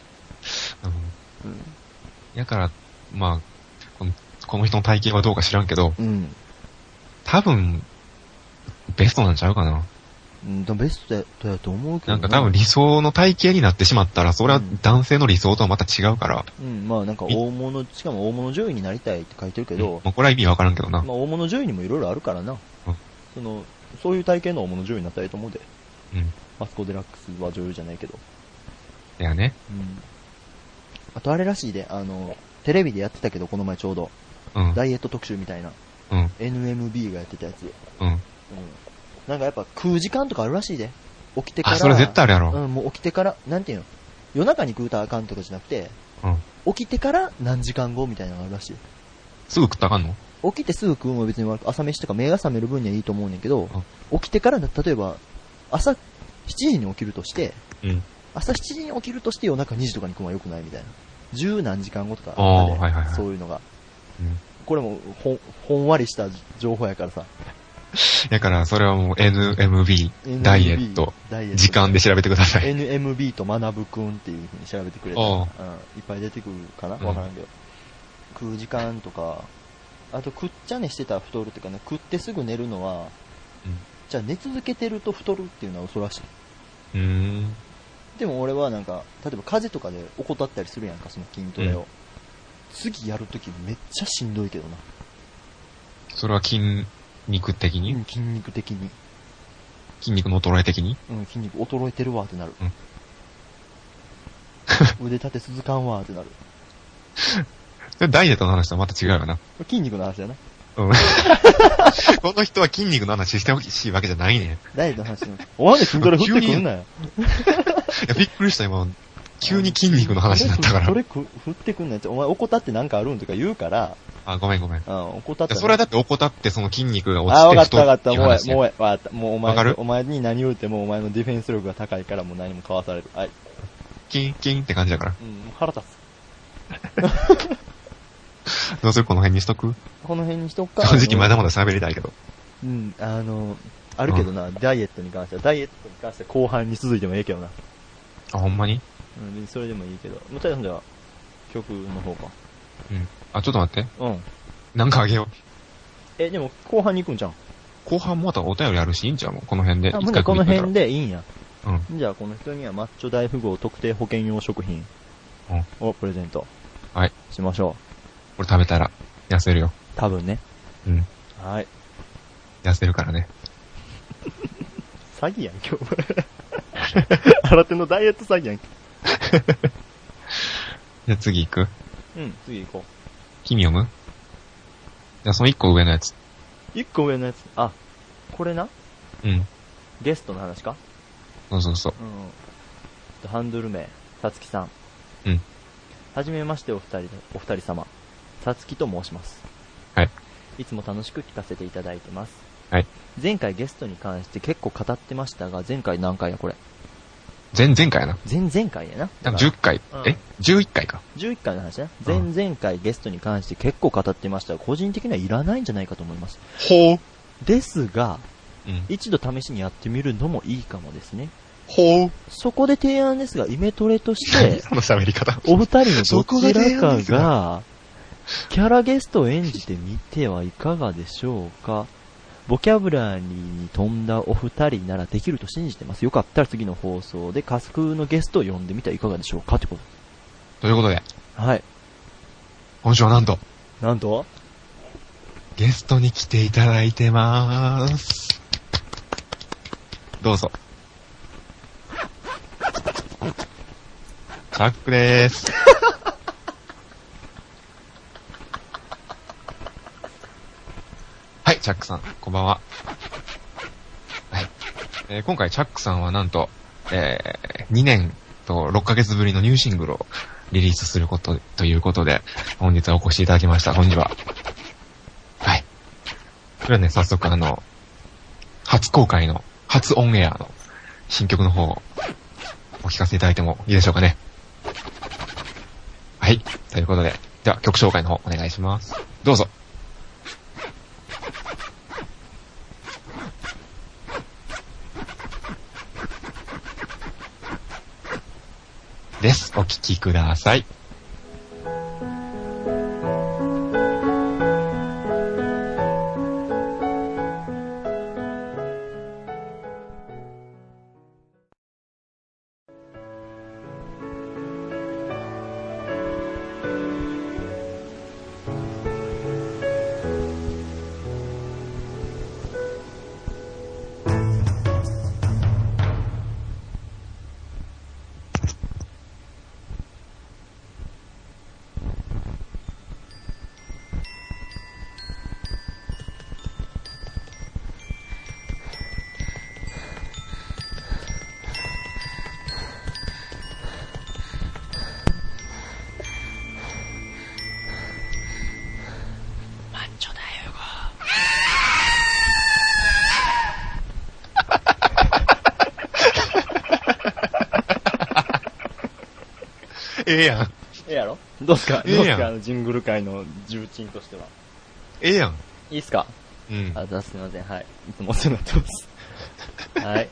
やから、まあこの、この人の体型はどうか知らんけど、うん。多分、ベストなんちゃうかな。 うん、ベストだやと思うけど、 ね、なんか多分理想の体型になってしまったら、それは男性の理想とはまた違うから。 うん、まあなんか大物、しかも大物女優になりたいって書いてるけど、うん、 もうこれは意味わからんけどな。 まあ大物女優にもいろいろあるからな。うん。その、そういう体型の大物女優になったらいいと思うで。うん。マツコ・デラックスは女優じゃないけど。 いやね。 うん。あとあれらしいで、あの、テレビでやってたけど、この前ちょうど。うん。ダイエット特集みたいな。うん。エヌエムビー がやってたやつ。うん。うん。なんかやっぱ食う時間とかあるらしいで。起きてから。 あ、それ絶対あるやろ。 うん、もう起きてから、なんていうの、夜中に食うたらあかんとかじゃなくて、うん。起きてから何時間後みたいなのがあるらしい。 すぐ食ったらあかんの？ 起きてすぐ食うのは別に朝飯とか目が覚める分にはいいと思うねんけど、うん、起きてから、例えば、朝しちじに起きるとして、うん、朝しちじに起きるとして夜中にじとかに食うのは良くないみたいな。十何時間後とかあって、はいはいはい、そういうのが。うん、これもほ、ほんわりした情報やからさ。 だからそれはもう エヌエムビー ダイエット時間で調べてください。 エヌエムビー と学ぶくんっていう風に調べてくれたら、うん、いっぱい出てくるかな、わからんけど、うん、食う時間とか、あと食っちゃ寝してたら太るっていうかね、食ってすぐ寝るのは、うん、じゃあ寝続けてると太るっていうのは嘘らしい。うーん。でも俺はなんか例えば風邪とかで怠ったりするやんか、その筋トレを、うん、次やるときめっちゃしんどいけどな。 それは筋肉的に？ うん、筋肉的に。 筋肉の衰え的に？ うん、筋肉衰えてるわってなる。うん、腕立て続かんわってなる。 ダイエットの話とはまた違うよな。 筋肉の話だな。 うん。この人は筋肉の話してほしいわけじゃないね。 ダイエットの話の。お前で筋トレ振ってくんなよ。 いや、びっくりした今。急に筋肉の話になったから。 それ振ってくんなよ。お前怠ってなんかあるんとか言うから。 あ、ごめんごめん。 あ、怠って。 それはだって怠ってその筋肉が落ちて太るっていう話。あ、わかったわかった。もう、もう、わかった。もうお前、わかる？お前に何言うてもお前のディフェンス力が高いからもう何もかわされる。はい。 キンキンって感じだから。 うん、腹立つ。どうするこの辺にしとく？ この辺にしとくか。 正直まだまだ喋りたいけど。 うん、あの、あるけどな、うん、ダイエットに関しては、ダイエットに関しては後半に続いてもええけどな。 あ、ほんまに？ うん、それでもいいけど。もうちょいじゃあ、曲の方か。 うん。あ、ちょっと待って。うん。なんかあげよう。 え、でも後半に行くんじゃん。 後半またお便りあるし、いいんちゃう？この辺で。 あ、もうこの辺でいいんや。うん。じゃあこの人にはマッチョ大富豪特定保険用食品をプレゼント。はい。しましょう。 これ食べたら痩せるよ。 多分ね。うん。はい。 痩せるからね。 詐欺やん、今日。新手のダイエット詐欺やん。 じゃあ次行く？ うん、次行こう。 君読む？じゃあその一個上のやつ。 一個上のやつ。あ、これな？うん。ゲストの話か？ そうそうそう。 うん。ハンドル名、さつきさん。うん。はじめましてお二人、お二人様。さつきと申します。はい。いつも楽しく聞かせていただいてます。はい。前回ゲストに関して結構語ってましたが、前回何回やこれ？ 前々回やな。 前々回やな。 なんかじゅっかい、うん、え ?じゅういっかいか。 じゅういっかいの話な。前々回ゲストに関して結構語ってましたが、個人的にはいらないんじゃないかと思います。ほう。ですが、うん、一度試しにやってみるのもいいかもですね。ほう。そこで提案ですが、イメトレとして、 その喋り方。 お二人のどちらかが、 キャラゲストを演じてみてはいかがでしょうか。ボキャブラリーに富んだお二人ならできると信じてます。よかったら次の放送で架空のゲストを呼んでみてはいかがでしょうかってこと。 ということで。 はい。 今週はなんと。 なんとゲストに来ていただいてまーす。どうぞ。チャックでーす。はい、チャックさん、こんばんは。はい。えー、今回チャックさんはなんと、えー、にねんとろっかげつぶりのニューシングルをリリースすること、ということで、本日はお越しいただきました。こんにちは。はい。それはね、早速あの、初公開の、初オンエアの新曲の方をお聞かせいただいてもいいでしょうかね。はい。ということで、では曲紹介の方お願いします。どうぞ。です。お聴きください。ええやん。 ええやろどうすか、 ええやん。 どうすかあのジングル界の重鎮としては。 ええやん。 いいっすか。 うん。 あ、じゃあすいません。はい。いつもお世話になってます。はい。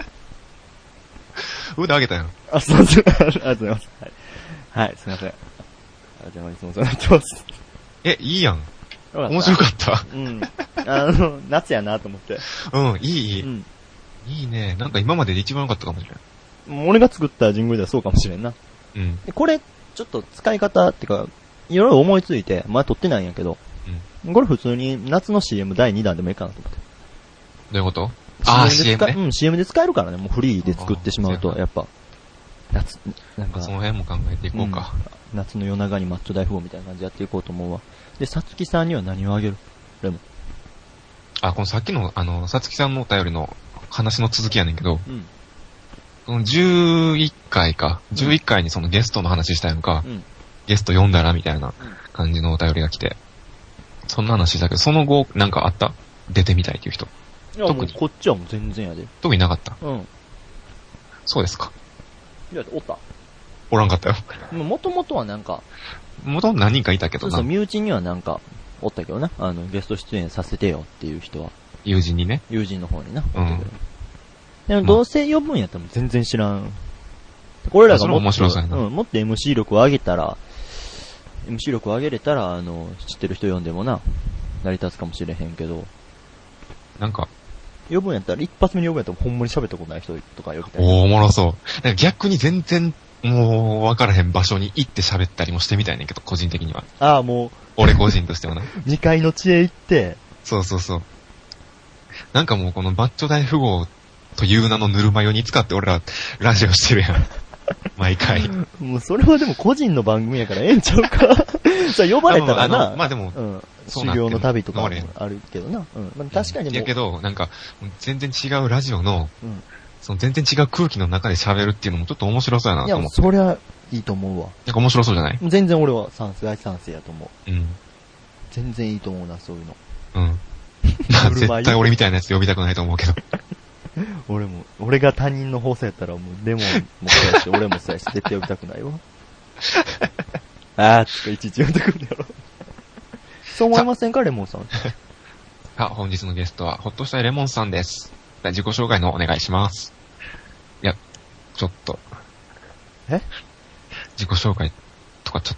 腕上げたやん。 あ、すいません。ありがとうございます。はい。はい、すいません。あ、じゃあいつもお世話になってます。 え、いいやん。面白かった。 うん。あの、夏やなと思って。 うん、いい、いい。 うん。 いいね。なんか今までで一番良かったかもしれない。俺が作ったジングルではそうかもしれんな。 うん。 これ、ちょっと使い方ってか、いろいろ思いついて、まだ撮ってないんやけど、うん、これ普通に夏の シーエム だいにだんでもいいかなと思って。 どういうこと？ああ、シーエム ね。 うん、シーエム で使えるからね、もうフリーで作ってしまうと、やっぱ、夏、なんか、 その辺も考えていこうか。 うん、夏の夜長にマッチョ大富豪みたいな感じでやっていこうと思うわ。で、さつきさんには何をあげる？レモン。 あ、このさっきの、あの、さつきさんのお便りの話の続きやねんけど、うん、そのじゅういっかいか、じゅういっかいにそのゲストの話したやんか、うん、ゲスト呼んだらみたいな感じのお便りが来て、そんな話したけど、その後、なんかあった？出てみたいっていう人。 いや、特に。こっちはもう全然やで。 特になかった。 うん。 そうですか。 いや、おった。 おらんかったよ。 もともとはなんか、 もともと何人かいたけどな。 そうそう、身内にはなんか、おったけどな。あの、ゲスト出演させてよっていう人は。 友人にね。 友人の方にな。うん。でも、どうせ呼ぶんやったら全然知らん。これらがもっと、面白そうやな。うん、もっと エムシー 力を上げたら、エムシー 力を上げれたら、あの、知ってる人呼んでもな、成り立つかもしれへんけど。 なんか、 呼ぶんやったら、一発目に呼ぶんやったら、ほんまに喋ったことない人とか呼びたい。 おー、おもろそう。なんか逆に全然、もう、わからへん場所に行って喋ったりもしてみたいねんけど、個人的には。 ああ、もう。 俺個人としてもな。 二階の地へ行って。 そうそうそう。なんかもうこのマッチョ大富豪という名のぬるま湯に使って俺らラジオしてるやん。毎回。 もうそれはでも個人の番組やからええんちゃうか。じゃあ呼ばれたらな。 まあでも、 うん、修行の旅とかもあるけどな。うん。まあ、確かにも。 やけど、なんか、全然違うラジオの、うん、その全然違う空気の中で喋るっていうのもちょっと面白そうやなと思って。 いや、そりゃいいと思うわ。 なんか面白そうじゃない？ 全然俺は賛成、大賛成やと思う。うん。 全然いいと思うな、そういうの。 うん。まあ、絶対俺みたいなやつ呼びたくないと思うけど。 俺も、俺が他人の放送やったらもう、レモンもそうやし、俺もそうやし、絶対呼びたくないわ。あーつかいちいち呼んでくるんだろ。そう思いませんか、レモンさん。 あ、本日のゲストは、ほっとしたいレモンさんです。自己紹介のお願いします。いや、ちょっと。 え？ 自己紹介とかちょっと。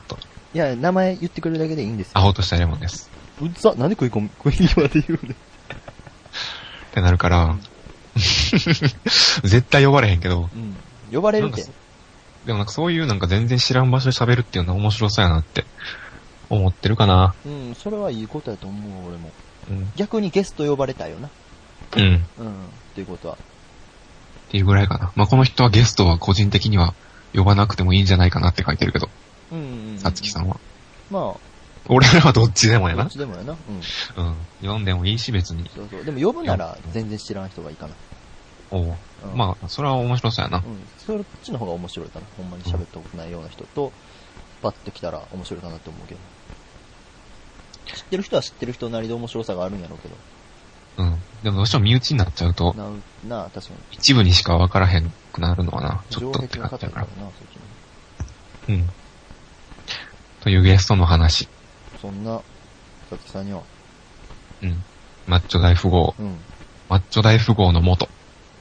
いや、名前言ってくれるだけでいいんですよ。 アホとしたレモンです。 うっざ、なんで食い込む、食い際で言うねってなるから、うん、絶対呼ばれへんけど。 うん。呼ばれるって。 でもなんかそういうなんか全然知らん場所で喋るっていうのは面白そうやなって思ってるかな。 うん、それはいいことやと思う、俺も。うん。逆にゲスト呼ばれたいよな。うん。うん。っていうことは。 っていうぐらいかな。まあ、この人はゲストは個人的には呼ばなくてもいいんじゃないかなって書いてるけど。うんうんうん。さつきさんは。まあ。俺らはどっちでもやな。 どっちでもやな。 うん。うん。呼んでもいいし別に。 そうそう。でも呼ぶなら全然知らん人がいいかな。 おう。うん、まあ、それは面白そうやな。うん。 そっちの方が面白いかな。ほんまに喋ったことないような人と、パッと来たら面白いかなって思うけど。知ってる人は知ってる人なりで面白さがあるんやろうけど。 うん。でもどうしても身内になっちゃうと、 な、なあ、確かに。 一部にしか分からへんくなるのはな、ちょっとってなっちゃうから。うん。というゲストの話。 そんな、さつきさんには。 うん。マッチョ大富豪。うん。マッチョ大富豪の元。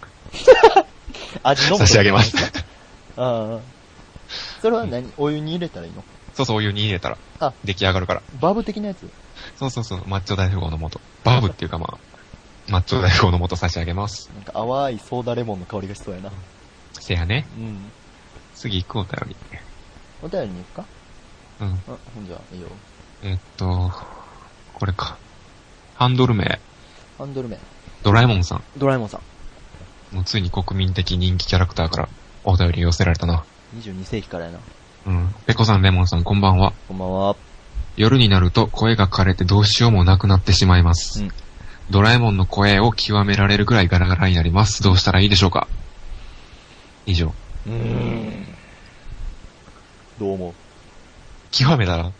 味の差し上げます。 ああ。それは何、うん、お湯に入れたらいいの？ そうそう、お湯に入れたら。あ、出来上がるから。 バブ的なやつ？ そうそうそう、マッチョ大富豪の元。バブっていうかまあ、マッチョ大富豪の元差し上げます。 なんか淡いソーダレモンの香りがしそうやな。 せやね。うん。次行くお便り。 お便りに行くか？うん。あ、ほんじゃ、いいよ。 えっと、これか。ハンドル名。 ハンドル名。 ドラえもんさん。 ドラえもんさん。もうついに国民的人気キャラクターからお便り寄せられたな。 にじゅうに世紀からやな。 うん。ペコさん、レモンさん、こんばんは。 こんばんは。 夜になると声が枯れてどうしようもなくなってしまいます。うん。ドラえもんの声を極められるぐらいガラガラになります。どうしたらいいでしょうか？以上。うーん。 どう思う？ 極めたら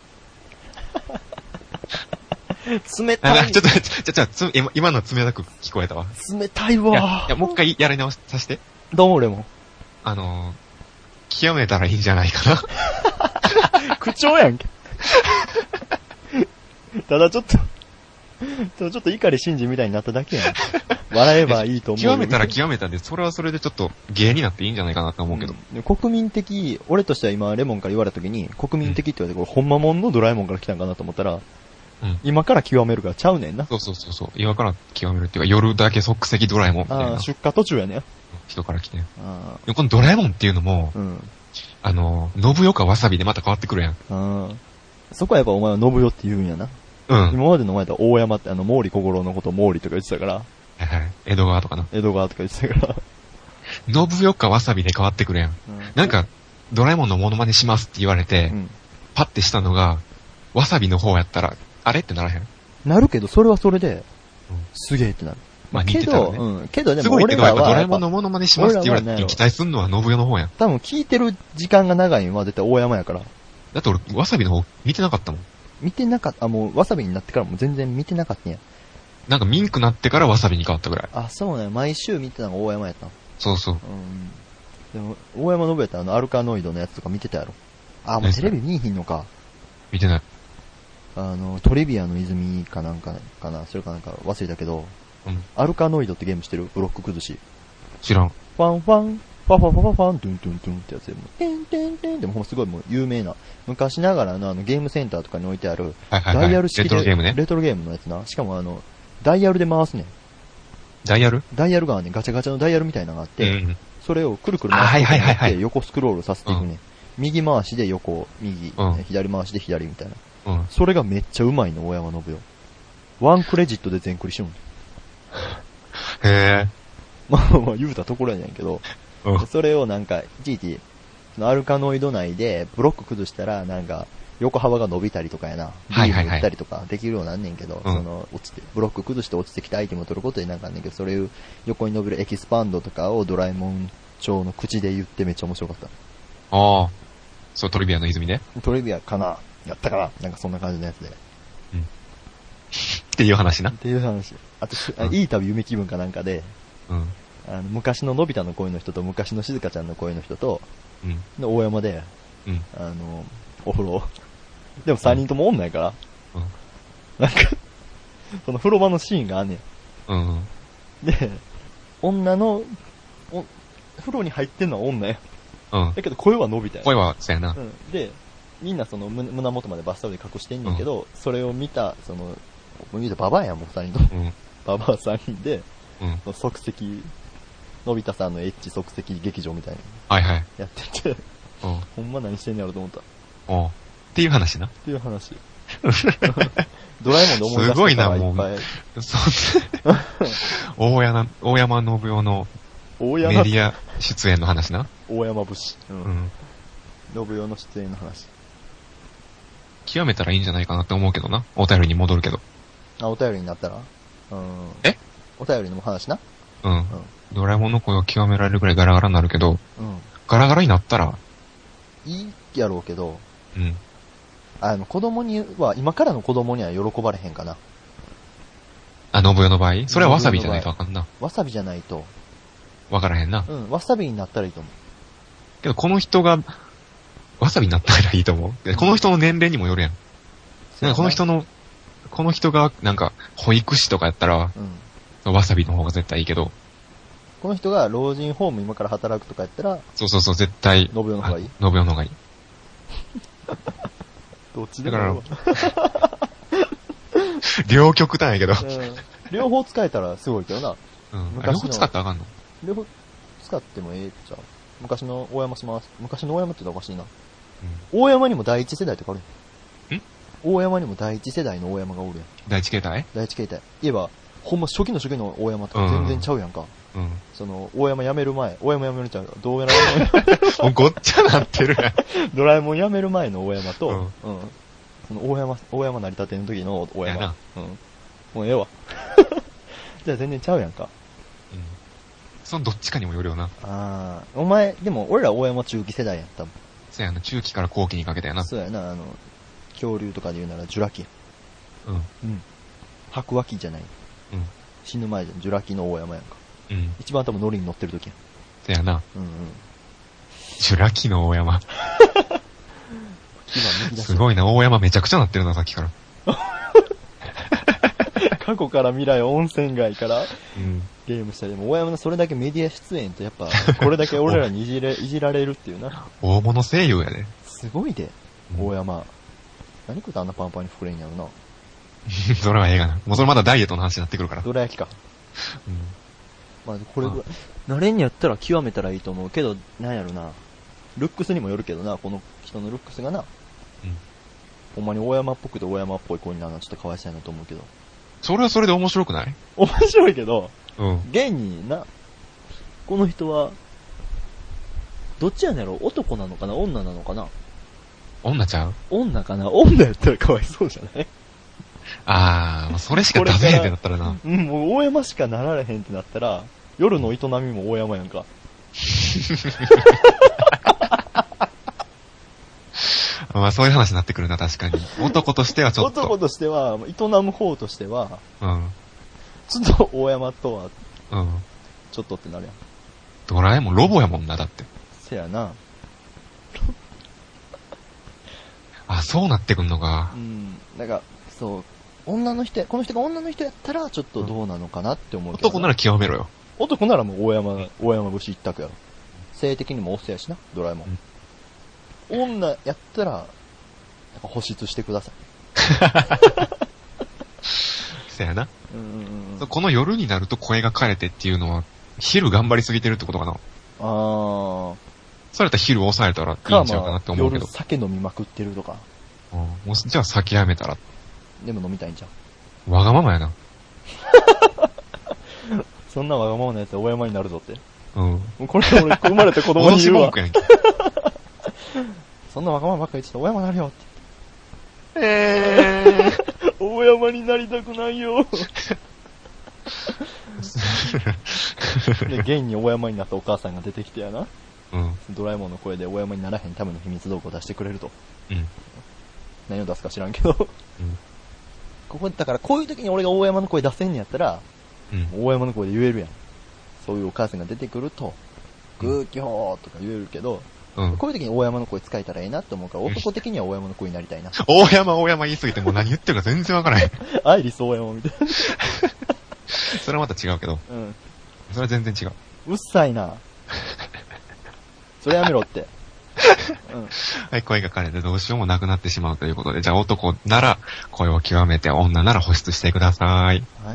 冷たい。 ちょっと、ちょ、ちょ、今、今の冷たく聞こえたわ。 冷たいわ。 いや、いやもう一回やり直しさせて。 どうも俺も。 あのー、極めたらいいんじゃないかな。口調やんけ。ただちょっと、ちょっと怒り信じみたいになっただけやん。笑えばいいと思う。 極めたら極めたで、それはそれでちょっと芸になっていいんじゃないかなと思うけど。 うん、国民的、俺としては今レモンから言われた時に、国民的って言われて、これほんまもんのドラえもんから来たんかなと思ったら、うん、今から極めるからちゃうねんな。 そうそうそうそう。今から極めるっていうか、夜だけ即席ドラえもんみたいな。 ああ、出荷途中やねん。 人から来て。ああ。このドラえもんっていうのも、うん、あの、信代かわさびでまた変わってくるやん。 ああ。そこはやっぱお前は信代って言うんやな。うん。今までの前だ大山ってあの、毛利小五郎のことを毛利とか言ってたから。 はいはい。江戸川とかな。 江戸川とか言ってたから。 信代かわさびで変わってくるやん。うん、なんか、ドラえもんのモノマネしますって言われて、うん、パッてしたのが、わさびの方やったら、あれってならへん？ なるけど、それはそれで、うん、すげえってなる。 まあ似てたらね。 けど、うん。けどでも俺らは、すごいけど、やっぱドラえもんのモノマネしますって言われて期待すんのは信代の方やん。 多分聞いてる時間が長いのは絶対大山やから。 だって俺、わさびの方見てなかったもん。 見てなかった、あ、もうわさびになってからも全然見てなかったんや。 なんかミンクなってからわさびに変わったぐらい。 あ、そうね。毎週見てたのが大山やったの。 そうそう。 うん。でも、大山信也ってあの、アルカノイドのやつとか見てたやろ。あ、もうテレビ見えひんのか。 見てない。 あの、トリビアの泉かなんかかな、それかなんか忘れたけど、うん、アルカノイドってゲームしてる？ブロック崩し。 知らん。 ファンファン、ファファファファファン、ドゥンドゥンドゥンってやつで、もう、テンテンテンでもすごいもう有名な、昔ながらのあのゲームセンターとかに置いてある、 はいはいはい、 ダイヤル式で、 レトロゲームね。 レトロゲームのやつな。しかもあの、ダイヤルで回すねん。 ダイヤル？ ダイヤルがね、ガチャガチャのダイヤルみたいなのがあって、うん、それをくるくる回して横スクロールさせていくね、うん。右回しで横、右、うん、左回しで左みたいな。うん、それがめっちゃうまいの、大山信代。ワンクレジットで全クリしようへぇー。 まあまあ言うたところやねんけど、うん、それをなんか、いちいち、そのアルカノイド内でブロック崩したら、なんか、横幅が伸びたりとかやな。 はいはいはい。 ビーム打ったりとかできるようになんねんけど、うん、その、落ちて、ブロック崩して落ちてきたアイテムを取ることでなんかあんねんけど、それを横に伸びるエキスパンドとかをドラえもん調の口で言ってめっちゃ面白かった。 ああ。そう、トリビアの泉ね。 トリビアかなやったかななんかそんな感じのやつで。 うん。っていう話な。 っていう話。あと、うん、いい旅夢気分かなんかで、うん。あの、昔ののび太の声の人と昔の静香ちゃんの声の人と、うん。で、大山で、うん。あの、お風呂。でもさんにんともおんないから、うん。なんか、その風呂場のシーンがあんねん。うん、うん。で、女の、お、風呂に入ってんのは女や。うん。だけど声は伸びたよ。 声は、そうやな。 うん。で、 みんなその胸元までバスタオルで隠してんねんけど、うん、それを見た、その、見たババアやん、もう二人と。うん、ババアさんにんで、うん、即席、のび太さんのエッチ即席劇場みたいな。はいはい。やってて、うん、ほんま何してんねやろと思った。 うん。っていう話な。 っていう話。ドラえもんで思い出したからいっぱい。すごいな、もう。そ大山、大山信夫のメディア出演の話な。 大山節。うん。うん、信夫の出演の話。 極めたらいいんじゃないかなって思うけどな。お便りに戻るけど。 あ、お便りになったらうん。 えお便りの話な。 うん。うん、ドラえもんの声を極められるくらいガラガラになるけど、うん。ガラガラになったらいいやろうけど、 うん。 あの、子供には、今からの子供には喜ばれへんかな。 あ、信代の場合それはわさびじゃないとわかんな。 わさびじゃないと。 わからへんな。 うん、わさびになったらいいと思う。 けど、この人が、わさびになったらいいと思う。うん、この人の年齢にもよるやん。なんかこの人の、この人が、なんか、保育士とかやったら、うん、わさびの方が絶対いいけど。 この人が老人ホーム今から働くとかやったら、 そうそうそう、絶対。 信代の方がいい。 信代の方がいい。 どっちでもいいわ。 両極端やけど、うん。 両方使えたらすごいけどな。 うん。昔の両方使ったらあかんの？ 両方使ってもええっちゃう。昔の大山します。昔の大山って言ったらおかしいな。うん、大山にも第一世代ってかあるん？大山にも第一世代の大山がおるやん。 第一形態？ 第一形態。言えば、ほんま初期の初期の大山とか全然ちゃうやんか。うん。その、大山辞める前、大山辞めるちゃう。どうやらもうごっちゃなってるやん。 ドラえもん辞める前の大山と、うん。うん、その大山、大山成り立ての時の大山。うん。もうええわ。じゃあ全然ちゃうやんか。 うん。そのどっちかにもよるよな。 ああ。お前、でも俺ら大山中期世代やん、多分。 そうやな、中期から後期にかけてやな。 そうやな、あの、恐竜とかで言うならジュラ紀。 うん。 うん。白亜紀じゃない。うん。死ぬ前じゃん、ジュラ紀の大山やんか。うん。一番多分ノリに乗ってる時やん。 そうやな。 うんうん。 ジュラ紀の大山。すごいな、大山めちゃくちゃなってるな、さっきから。 過去から未来温泉街から、うん、ゲームしたり、も大山のそれだけメディア出演とやっぱ、これだけ俺らにいじれ、いじられるっていうな。 大物声優やで。 すごいで、大山。うん、何食うとあんなパンパンに膨れんやろな。 それはええがな。もうそれまだダイエットの話になってくるから。 どら焼きか。うん。まあこれぐらい、慣れにやったら極めたらいいと思うけど、なんやろな。ルックスにもよるけどな、この人のルックスがな。うん。ほんまに大山っぽくて大山っぽい子になるのはちょっとかわいそうやなと思うけど。 それはそれで面白くない？ 面白いけど、 うん。 現にな、この人は、どっちやねんやろ？男なのかな？女なのかな？ 女ちゃう？ 女かな？女やったらかわいそうじゃない？ あー、それしか出せへんってなったらな。 うん、もう大山しかなられへんってなったら、夜の営みも大山やんか。 まあそういう話になってくるな、確かに。男としてはちょっと。 男としては、営む方としては、 うん。 ちょっと大山とは、 うん。 ちょっとってなるやん。 ドラえもんロボやもんな、だって。 せやな。 あ、そうなってくんのか。 うん。なんか、そう、女の人や、この人が女の人やったら、ちょっとどうなのかなって思うけど、 男なら極めろよ。 男ならもう大山、大山節一択やろ。性的にもオスやしな、ドラえもん。うん女やったら、なんか保湿してください。 そやな。 うんうん、 この夜になると声が枯れてっていうのは、昼頑張りすぎてるってことかな。ああ。それやったら昼抑えたらいいんちゃうかなって思うけど。 夜酒飲みまくってるとか。 うん、もうじゃあ酒やめたら。 でも飲みたいんじゃん。わがままやな。 そんなわがままなやつは大山になるぞって。 うん。 これ俺生まれて子供に言うわ。 やんそんなわがままばっかり言ってたら大山になるよって。 えー。大山になりたくないよ。で、現に大山になったお母さんが出てきてやな。 うん。 ドラえもんの声で大山にならへんための秘密道具を出してくれると。 うん。 何を出すか知らんけど。うん。ここ、だからこういう時に俺が大山の声出せんねやったら、うん。大山の声で言えるやん。そういうお母さんが出てくると、グーキョーとか言えるけど、うん、こういう時に大山の声使えたらええなって思うから、男的には大山の声になりたいな。 大山、大山言いすぎてもう何言ってるか全然わからない。 アイリス大山みたいな。 それはまた違うけど。 うん。 それは全然違う。 うっさいな。それやめろって。 うん、 はい、恋が枯れてどうしようもなくなってしまうということで、じゃあ男なら恋を極めて、女なら保湿してください。 はい。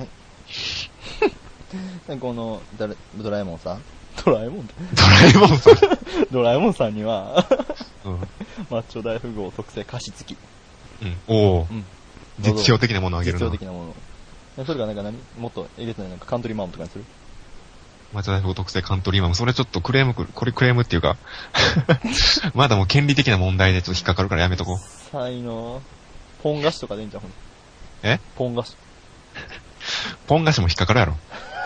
このドラ、ドラえもんさんドラえもんドラえもんさんドラえもんさんには、 うん、 マッチョ大富豪特製加湿器。 うん、おー。うん、実用的なものをあげるな。 実用的なもの。それがなんか何もっとえげつないなんかカントリーマームとかにする？ マッチョ大富豪特製カントリーマーム。それちょっとクレームくる、これクレームっていうか、まだもう権利的な問題でちょっと引っかかるからやめとこう。 才能。ポン菓子とかでいいんじゃん、ほんと。 えポン菓子。 ポン菓子も引っかかるやろ。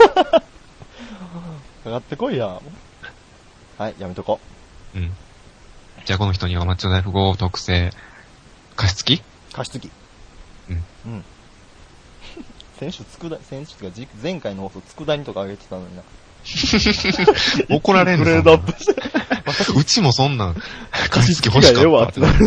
かかってこいや。はい、やめとこう。うん。じゃあこの人にはマッチョ大富豪特製加湿器？ 加湿器。 うん。 うん。先週つくだ、先週とか前回の放送つくだにとかあげてたのにな。 怒られんの？ グレードアップして。 うちもそんなん加湿器欲しかった。 えわってなる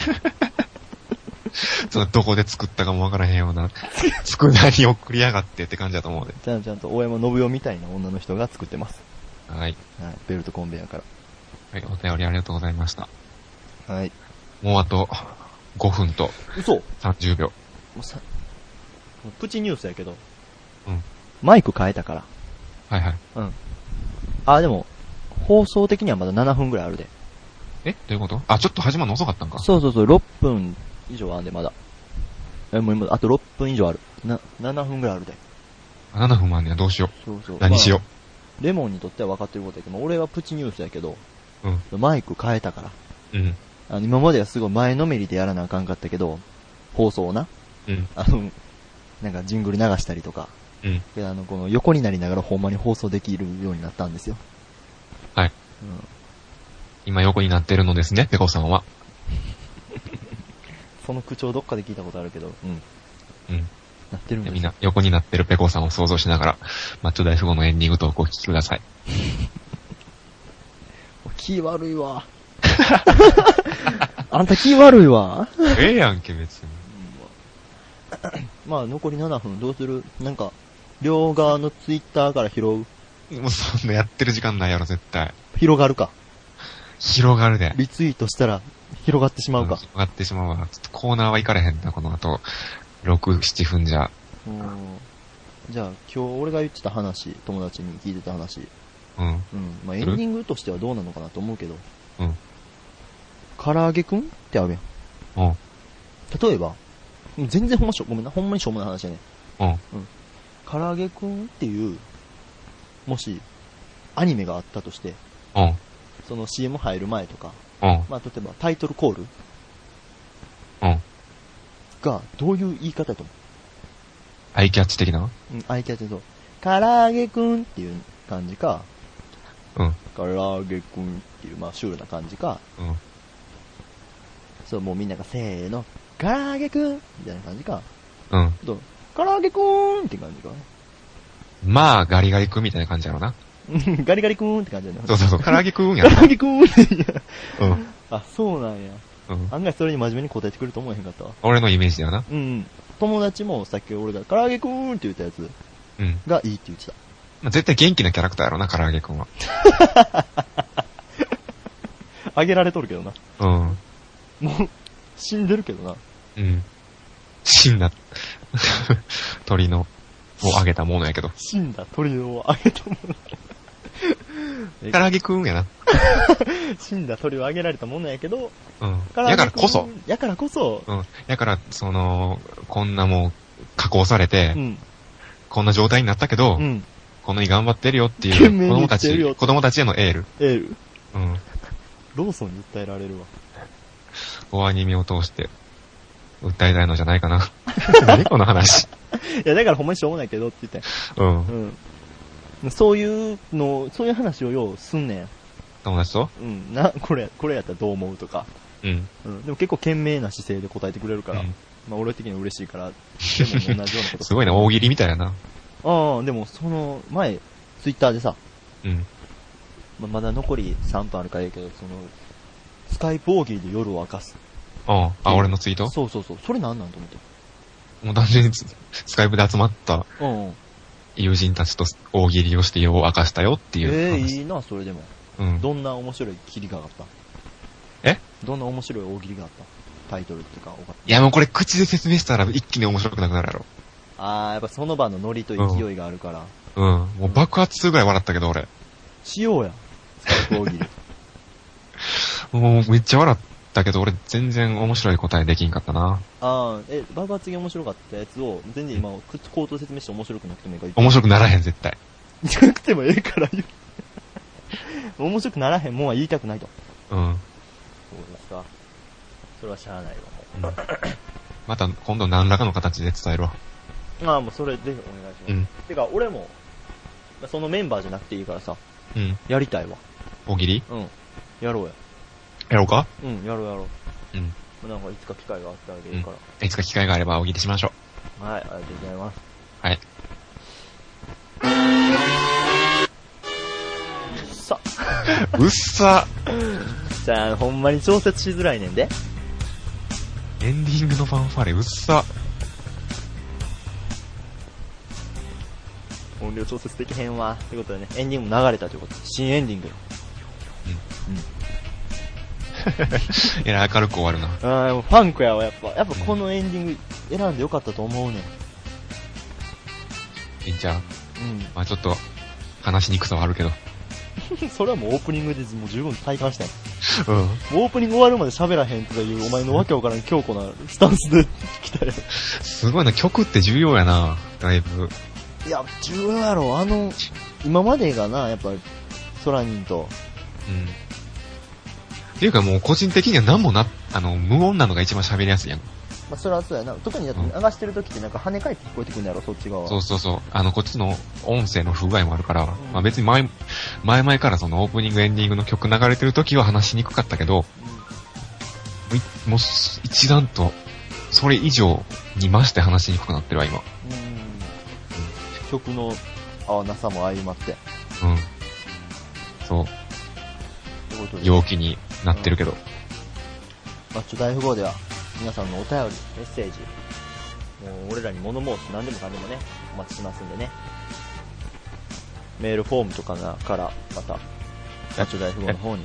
そのどこで作ったかもわからへんような、佃煮送りやがってって感じだと思うで。 ちゃんちゃんと大山信代みたいな女の人が作ってます。 はい。 はい。ベルトコンベヤから。 はい、お便りありがとうございました。 はい。 もうあとごふんと。 嘘 ? さんじゅうびょう。 もうさ、プチニュースやけど。 うん。 マイク変えたから。 はいはい。 うん。あ、でも、放送的にはまだななふんぐらいあるで。 えどういうこと？あ、ちょっと始まるの遅かったんか？ そうそうそう、ろっぷん以上あんで、まだ。え、もう今、あとろっぷん以上ある。な、ななふんぐらいあるで。 ななふんもあんねや、どうしよう。 そうそう。 何しよう。まあ、レモンにとっては分かってることやけど、俺はプチニュースやけど、 うん。 マイク変えたから。 うん。 あの、今まではすごい前のめりでやらなあかんかったけど、放送をな。 うん。 あの、なんかジングル流したりとか。 うん。 で、あの、この横になりながらほんまに放送できるようになったんですよ。 はい。うん。今横になってるのですね、ペコさんは。 その口調どっかで聞いたことあるけど、うん。 うん。 なってるんです。 みんな横になってるペコさんを想像しながら、マッチョ大富豪のエンディングトークをお聞きください。 気悪いわ。あんた気悪いわ。 ええやんけ、別に。 まあ、残りななふんどうする？なんか、両側のツイッターから拾う？もうそんなやってる時間ないやろ、絶対。 広がるか。 広がるで。 リツイートしたら、広がってしまうか。 広がってしまうわ。ちょっとコーナーは行かれへんな、この後、ろく、ななふんじゃ。 うん。じゃあ、今日俺が言ってた話、友達に聞いてた話。 うん。うん。 まあ、エンディングとしてはどうなのかなと思うけど。 うん。 唐揚げくんってあるやん。 うん。 例えば、全然ほんましょ、ごめんな、ほんまにしょうもない話やね。 うん。うん。 唐揚げくんっていう、もし、アニメがあったとして、 うん。 その シーエム 入る前とか、 うん。 まあ、例えばタイトルコールうん。 が、どういう言い方やと思う？ アイキャッチ的な？ うん、アイキャッチそう。唐揚げくんっていう感じか、 うん。 唐揚げくんっていう、まあ、シュールな感じか、 うん。 そう、もうみんながせーの、唐揚げくんみたいな感じか、 うん。 どう？唐揚げくーんって感じかね。 まあ、ガリガリくんみたいな感じやろな。 ガリガリくーんって感じやね。 そうそうそう、唐揚げくんやろ。 唐揚げくーんって言う。 うん。 あ、そうなんや。うん。案外それに真面目に答えてくれると思えへんかったわ。 俺のイメージだよな。 うん。友達もさっき俺が唐揚げくーんって言ったやつがいいって言ってた。 まあ、絶対元気なキャラクターやろな、唐揚げくんは。 あげられとるけどな。 うん。 もう、死んでるけどな。 うん。死んだ鳥の、をあげたものやけど。 死んだ鳥をあげたもの。 唐揚げくんやな。 死んだ鳥をあげられたものやけど、 うん。やからこそ。 やからこそ。 うん。やから、その、こんなもう、加工されて、うん、こんな状態になったけど、うん、このに頑張ってるよっていう、子供たち、子供たちへのエール。 エール。 うん。 ローソンに訴えられるわ。 おアニメを通して、訴えたいのじゃないかな。何この話。いや、だからほんまにしょうもないけどって言って。うん。うん。そういうの、そういう話をようすんねん。 友達と？ うん。な、これ、これやったらどう思うとか。 うん。 うん。でも結構懸命な姿勢で答えてくれるから、うん、まあ俺的には嬉しいから、でも同じようなこと。 すごいな、大喜利みたいやな。 ああ、でもその、前、ツイッターでさ、 うん。 まあ、まだ残りさんぷんあるからいいけど、その、スカイプ大喜利で夜を明かす。 ああ、あ、俺のツイート？ そうそうそう。それなんなんと思って。 もう単純にスカイプで集まった、友人たちと大喜利をして夜を明かしたよっていう。 ええー、いいな、それでも。 うん。 どんな面白い切りがあった？ えどんな面白い大喜利があったタイトルっていうか、 いやもうこれ口で説明したら一気に面白くなくなるやろ。 あー、やっぱその場のノリと勢いがあるから。 うん。うん、もう爆発するぐらい笑ったけど俺。 しようや。大喜利。 もうめっちゃ笑ったけど俺全然面白い答えできんかったな。 あー、え、爆発が面白かったやつを、全然今、口口頭説明して面白くなくてもいいから。 面白くならへん絶対。 じゃなくてもええから言う。面白くならへんもんは言いたくないと。 うん。 そうですか。それはしゃあないわ、もう。うん、 また今度何らかの形で伝えるわ。 ああ、もうそれぜひお願いします。うん。てか、俺も、そのメンバーじゃなくていいからさ。うん。やりたいわ。 大喜利？ うん。やろうや。 やろうか？ うん、やろうやろう。うん。なんかいつか機会があったらでいいから、 うん。いつか機会があれば大喜利しましょう。はい、ありがとうございます。 はい。 うっさ。 うっさ。 じゃあ、ほんまに調節しづらいねんで。 エンディングのファンファレうっさ。 音量調節できへんわ。ということでね、エンディングも流れたということで、新エンディング。うん。うん。 えらい明るく終わるな。 ああ、ファンクやわ、やっぱ。やっぱこのエンディング選んでよかったと思うねん。いいんちゃう？うん。まあちょっと、話しにくさはあるけど。 それはもうオープニングでもう十分体感したよ。 うん。もうオープニング終わるまで喋らへんとかいうお前のわけわからん強固なスタンスで来たよ。 すごいな、曲って重要やな、だいぶ。 いや、重要やろ。あの、今までがな、やっぱり、ソラニンと。 うん。っていうかもう個人的には何もな、あの、無音なのが一番喋りやすいやん。 まあ、それはそうやな。特にだって流してる時ってなんか跳ね返って聞こえてくるんだろ、そっち側。 そうそうそう。あの、こっちの音声の不具合もあるから、うん、まあ別に前、前々からそのオープニングエンディングの曲流れてる時は話しにくかったけど、うん、もう一段と、それ以上に増して話しにくくなってるわ、今。うん。 曲の合わなさも相まって。 うん。そう。陽気になってるけど。うん、 マッチョ大富豪では、皆さんのお便り、メッセージ、もう俺らに物申す何でもかんでもね、お待ちしますんでね。メールフォームとかからまた、マッチョ大富豪の方に。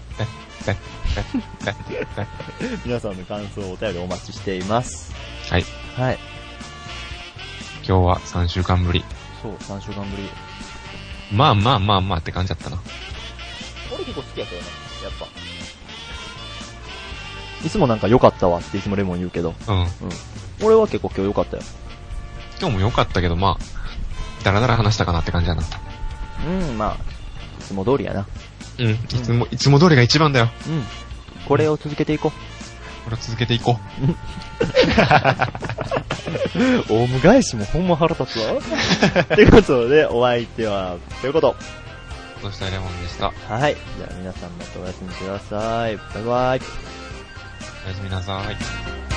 皆さんの感想をお便りお待ちしています。 はい。 はい。 今日はさんしゅうかんぶり。 そう、さんしゅうかんぶり。 まあまあまあまあって感じだったな。 俺結構好きやったよね、やっぱ。いつもなんか良かったわっていつもレモン言うけど。うん。うん。俺は結構今日良かったよ。 今日も良かったけど、まあ、だらだら話したかなって感じだな。 うん、まあ、いつも通りやな。 うん、いつも、うん、いつも通りが一番だよ。 うん。これを続けていこう。 これを続けていこう。オウム返しもほんま腹立つわ。ということで、お相手は、ということ。 どうしたレモンでした。 はい。じゃあ皆さんまたおやすみください。バイバイ。 おやすみなさい。